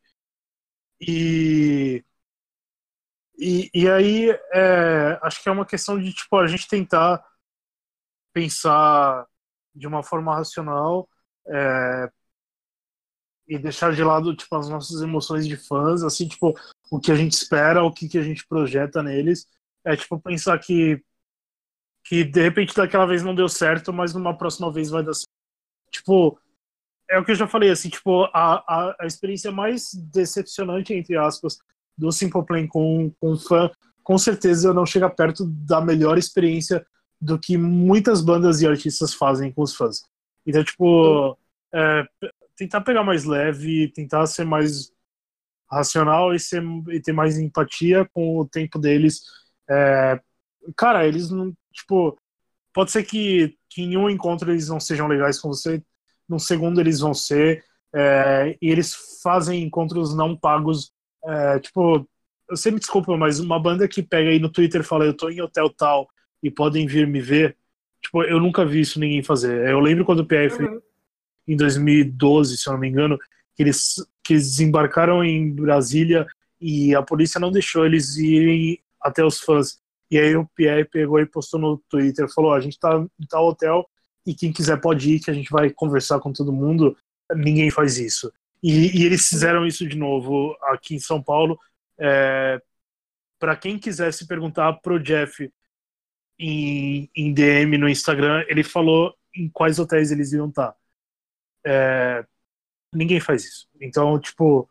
E, e, e aí, é, acho que é uma questão de, tipo, a gente tentar pensar de uma forma racional, é, e deixar de lado, tipo, as nossas emoções de fãs, assim, tipo, o que a gente espera, o que, que a gente projeta neles. É, tipo, pensar que que de repente daquela vez não deu certo, mas numa próxima vez vai dar certo. Tipo, é o que eu já falei, assim, tipo, a, a, a experiência mais decepcionante, entre aspas, do Simple Plan com, com fã, com certeza não chega perto da melhor experiência do que muitas bandas e artistas fazem com os fãs. Então, tipo, é, tentar pegar mais leve, tentar ser mais racional e, ser, e ter mais empatia com o tempo deles. É, cara, eles não... Tipo, pode ser que, que em um encontro eles não sejam legais com você, no segundo eles vão ser, é, e eles fazem encontros não pagos. É, tipo, você me desculpa, mas uma banda que pega aí no Twitter e fala, eu tô em hotel tal e podem vir me ver, tipo, eu nunca vi isso ninguém fazer. Eu lembro quando o P R uhum. em dois mil e doze, se eu não me engano, que eles, que eles desembarcaram em Brasília e a polícia não deixou eles irem até os fãs. E aí o Pierre pegou e postou no Twitter, falou, a gente tá em tal hotel e quem quiser pode ir, que a gente vai conversar com todo mundo. Ninguém faz isso. E, e eles fizeram isso de novo aqui em São Paulo. É, para quem quisesse perguntar pro Jeff em, em D M no Instagram, ele falou em quais hotéis eles iam estar. É, ninguém faz isso. Então, tipo,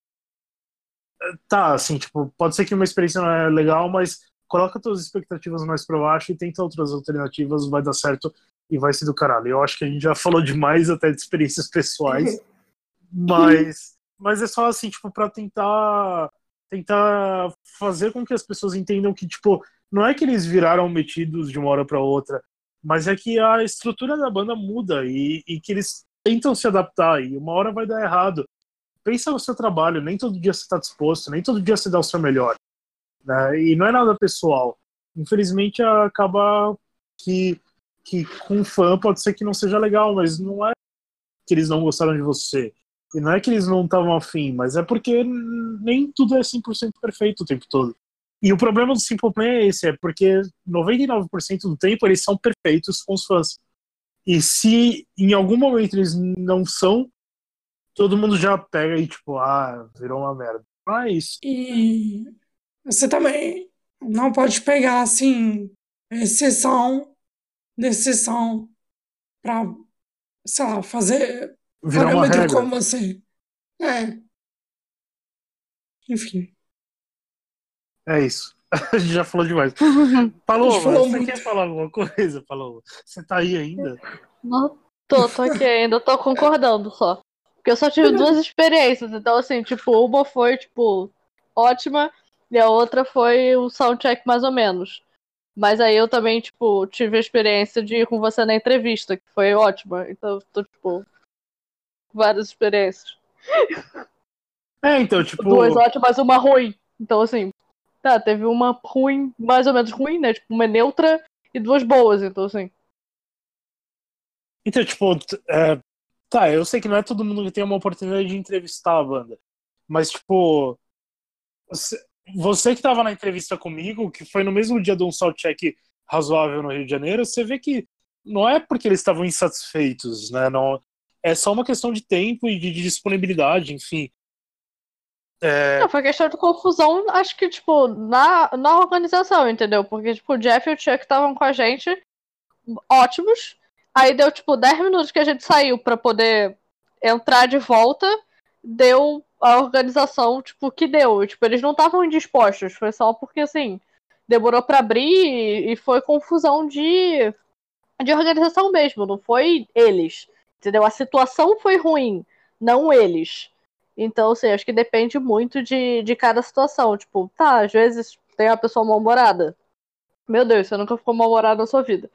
tá, assim, tipo, pode ser que uma experiência não é legal, mas coloca todas as expectativas mais pra baixo e tenta outras alternativas, vai dar certo e vai ser do caralho. Eu acho que a gente já falou demais até de experiências pessoais, mas, mas é só assim, tipo, pra tentar tentar fazer com que as pessoas entendam que, tipo, não é que eles viraram metidos de uma hora pra outra, mas é que a estrutura da banda muda e, e que eles tentam se adaptar e uma hora vai dar errado. Pensa no seu trabalho, nem todo dia você está disposto, nem todo dia você dá o seu melhor, né? E não é nada pessoal. Infelizmente acaba que, que com um fã pode ser que não seja legal, mas não é que eles não gostaram de você. E não é que eles não estavam afim, mas é porque nem tudo é cem por cento perfeito o tempo todo. E o problema do Simple Plan é esse, é porque noventa e nove por cento do tempo eles são perfeitos com os fãs. E se em algum momento eles não são, todo mundo já pega e tipo, ah, virou uma merda. Mas... E você também não pode pegar, assim, exceção de exceção pra, sei lá, fazer Virar uma parâmetro regra. com você. É. Enfim. É isso. A gente já falou demais. A Paloma, gente falou você muito. quer falar alguma coisa, Paloma? Você tá aí ainda? Não tô, tô aqui ainda, tô concordando só. Porque eu só tive duas experiências, então assim, tipo, uma foi, tipo, ótima, e a outra foi o soundcheck mais ou menos. Mas aí eu também, tipo, tive a experiência de ir com você na entrevista, que foi ótima. Então eu tô, tipo, várias experiências. É, então, tipo... Duas ótimas, uma ruim. Então, assim, tá, teve uma ruim, mais ou menos ruim, né? Tipo, uma neutra e duas boas, então, assim. Então, tipo, é, tá, eu sei que não é todo mundo que tem uma oportunidade de entrevistar a banda. Mas, tipo, você, você que tava na entrevista comigo, que foi no mesmo dia de um soundcheck razoável no Rio de Janeiro, você vê que não é porque eles estavam insatisfeitos, né? Não, é só uma questão de tempo e de, de disponibilidade, enfim. É... Não, foi questão de confusão, acho que, tipo, na, na organização, entendeu? Porque, tipo, o Jeff e o Chuck estavam com a gente ótimos. Aí deu, tipo, dez minutos que a gente saiu pra poder entrar de volta. Deu a organização, tipo, que deu. Tipo, eles não estavam indispostos. Foi só porque, assim, demorou pra abrir e foi confusão de, de organização mesmo. Não foi eles, entendeu? A situação foi ruim, não eles. Então, assim, acho que depende muito de, de cada situação. Tipo, tá, às vezes tem uma pessoa mal-humorada. Meu Deus, você nunca ficou mal-humorado na sua vida.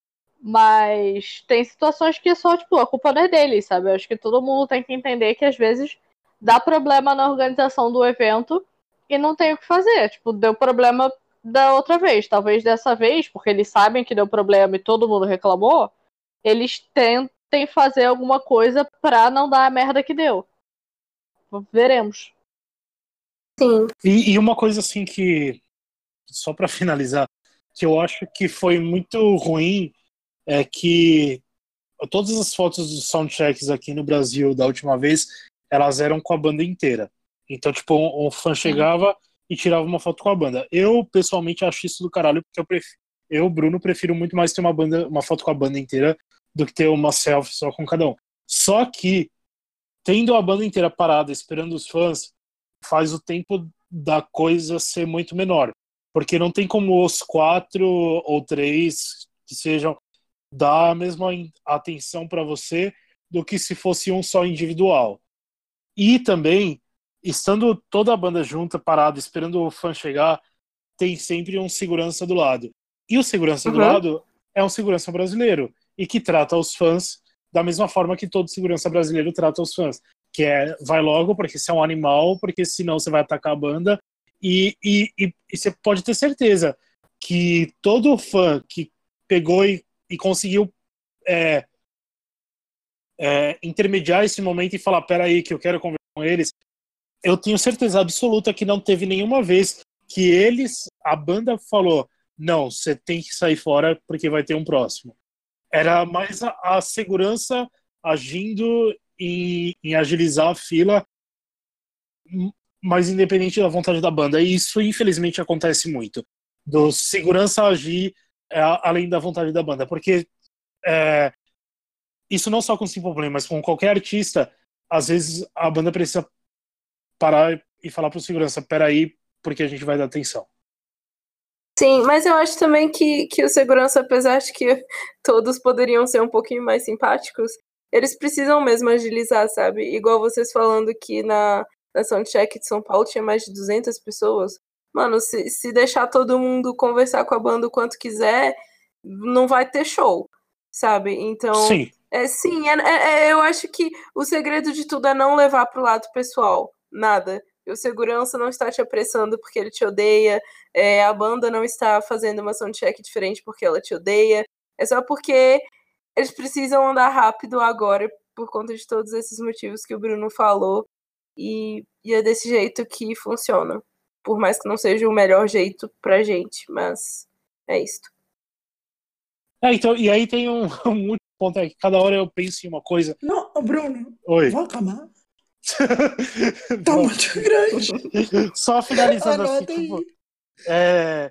Mas tem situações que só, tipo, a culpa não é deles, sabe? Eu acho que todo mundo tem que entender que às vezes dá problema na organização do evento e não tem o que fazer. Tipo, deu problema da outra vez. Talvez dessa vez, porque eles sabem que deu problema e todo mundo reclamou, eles tentem fazer alguma coisa pra não dar a merda que deu. Veremos. Sim. E, e uma coisa assim que, só pra finalizar, que eu acho que foi muito ruim é que todas as fotos dos soundchecks aqui no Brasil da última vez, elas eram com a banda inteira. Então, tipo, um, um fã chegava e tirava uma foto com a banda. Eu, pessoalmente, acho isso do caralho, porque eu, prefiro, eu Bruno, prefiro muito mais ter uma, banda, uma foto com a banda inteira do que ter uma selfie só com cada um. Só que, tendo a banda inteira parada, esperando os fãs, faz o tempo da coisa ser muito menor. Porque não tem como os quatro ou três que sejam dar a mesma atenção para você do que se fosse um só individual. E também, estando toda a banda junta, parada, esperando o fã chegar, tem sempre um segurança do lado. E o segurança Uhum. do lado é um segurança brasileiro e que trata os fãs da mesma forma que todo segurança brasileiro trata os fãs, que é, vai logo porque você é um animal, porque senão você vai atacar a banda. E, e, e, e você pode ter certeza que todo fã que pegou e, e conseguiu é, é, intermediar esse momento e falar, peraí, que eu quero conversar com eles, eu tenho certeza absoluta que não teve nenhuma vez que eles, a banda falou, não, você tem que sair fora porque vai ter um próximo. Era mais a, a segurança agindo em, em agilizar a fila, mas independente da vontade da banda. E isso, infelizmente, acontece muito. Do segurança agir é, além da vontade da banda. Porque é, isso não só com Simple Plan, mas com qualquer artista, às vezes a banda precisa parar e falar pro segurança, peraí, porque a gente vai dar atenção. Sim, mas eu acho também que, que o segurança, apesar de que todos poderiam ser um pouquinho mais simpáticos, eles precisam mesmo agilizar, sabe? Igual vocês falando que na, na Soundcheck de São Paulo tinha mais de duzentas pessoas. Mano, se, se deixar todo mundo conversar com a banda o quanto quiser, não vai ter show, sabe? Então, sim, é, sim é, é, eu acho que o segredo de tudo é não levar pro lado pessoal, nada. O segurança não está te apressando porque ele te odeia, é, a banda não está fazendo uma soundcheck diferente porque ela te odeia, é só porque eles precisam andar rápido agora por conta de todos esses motivos que o Bruno falou, e, e é desse jeito que funciona, por mais que não seja o melhor jeito pra gente, mas é isso. É, então, e aí tem um, um último ponto, é que cada hora eu penso em uma coisa. Não, Bruno, Oi. vou acabar. Tá muito grande. Só finalizando assim, Anota aí. tipo, é,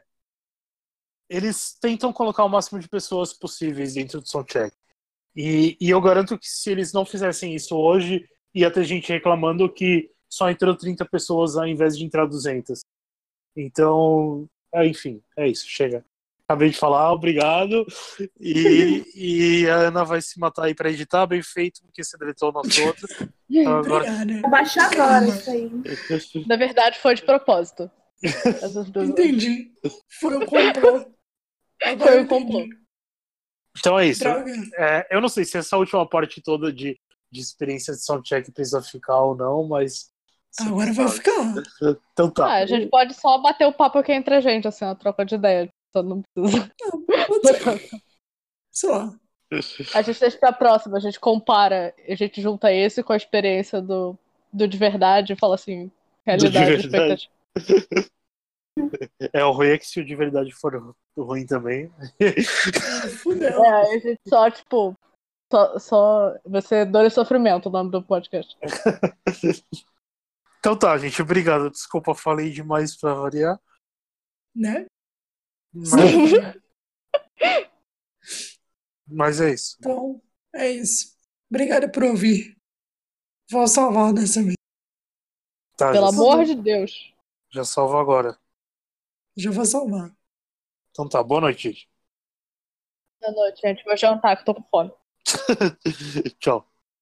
eles tentam colocar o máximo de pessoas possíveis dentro do Soundcheck. E, e eu garanto que se eles não fizessem isso hoje, ia ter gente reclamando que só entrou trinta pessoas ao invés de entrar duzentas. Então, é, enfim, é isso, chega. Acabei de falar, obrigado. E, e a Ana vai se matar aí pra editar, bem feito, porque você deletou o nosso outro. Então, agora... Obrigada. Vou baixar agora isso aí. Na verdade, foi de propósito. Essas duas. Entendi. Foi um complô. Agora Foi um eu complô. entendi. Então é isso. Droga. É, eu não sei se essa última parte toda de, de experiência de soundcheck precisa ficar ou não, mas... Agora vai ficar. Então tá. Ah, a gente pode só bater o papo aqui entre a gente, assim, uma troca de ideia. Só não precisa. Pode ser. Sei lá. A gente deixa pra próxima, a gente compara, a gente junta esse com a experiência do, do de verdade e fala assim, realidade, Do de verdade. expectativa. É, o ruim é que se o de verdade for ruim também. Fudeu. É, a gente só, tipo, só, só vai ser Dor e Sofrimento o nome do podcast. Então tá, gente, obrigado. Desculpa, falei demais pra variar. Né? Mas, mas é isso. Então, é isso. Obrigado por ouvir. Vou salvar dessa vez. Tá, Pelo já, amor de Deus. já salvo agora. Já vou salvar. Então tá, boa noite, gente. Boa noite, gente. Vou jantar que tô com fome. Tchau.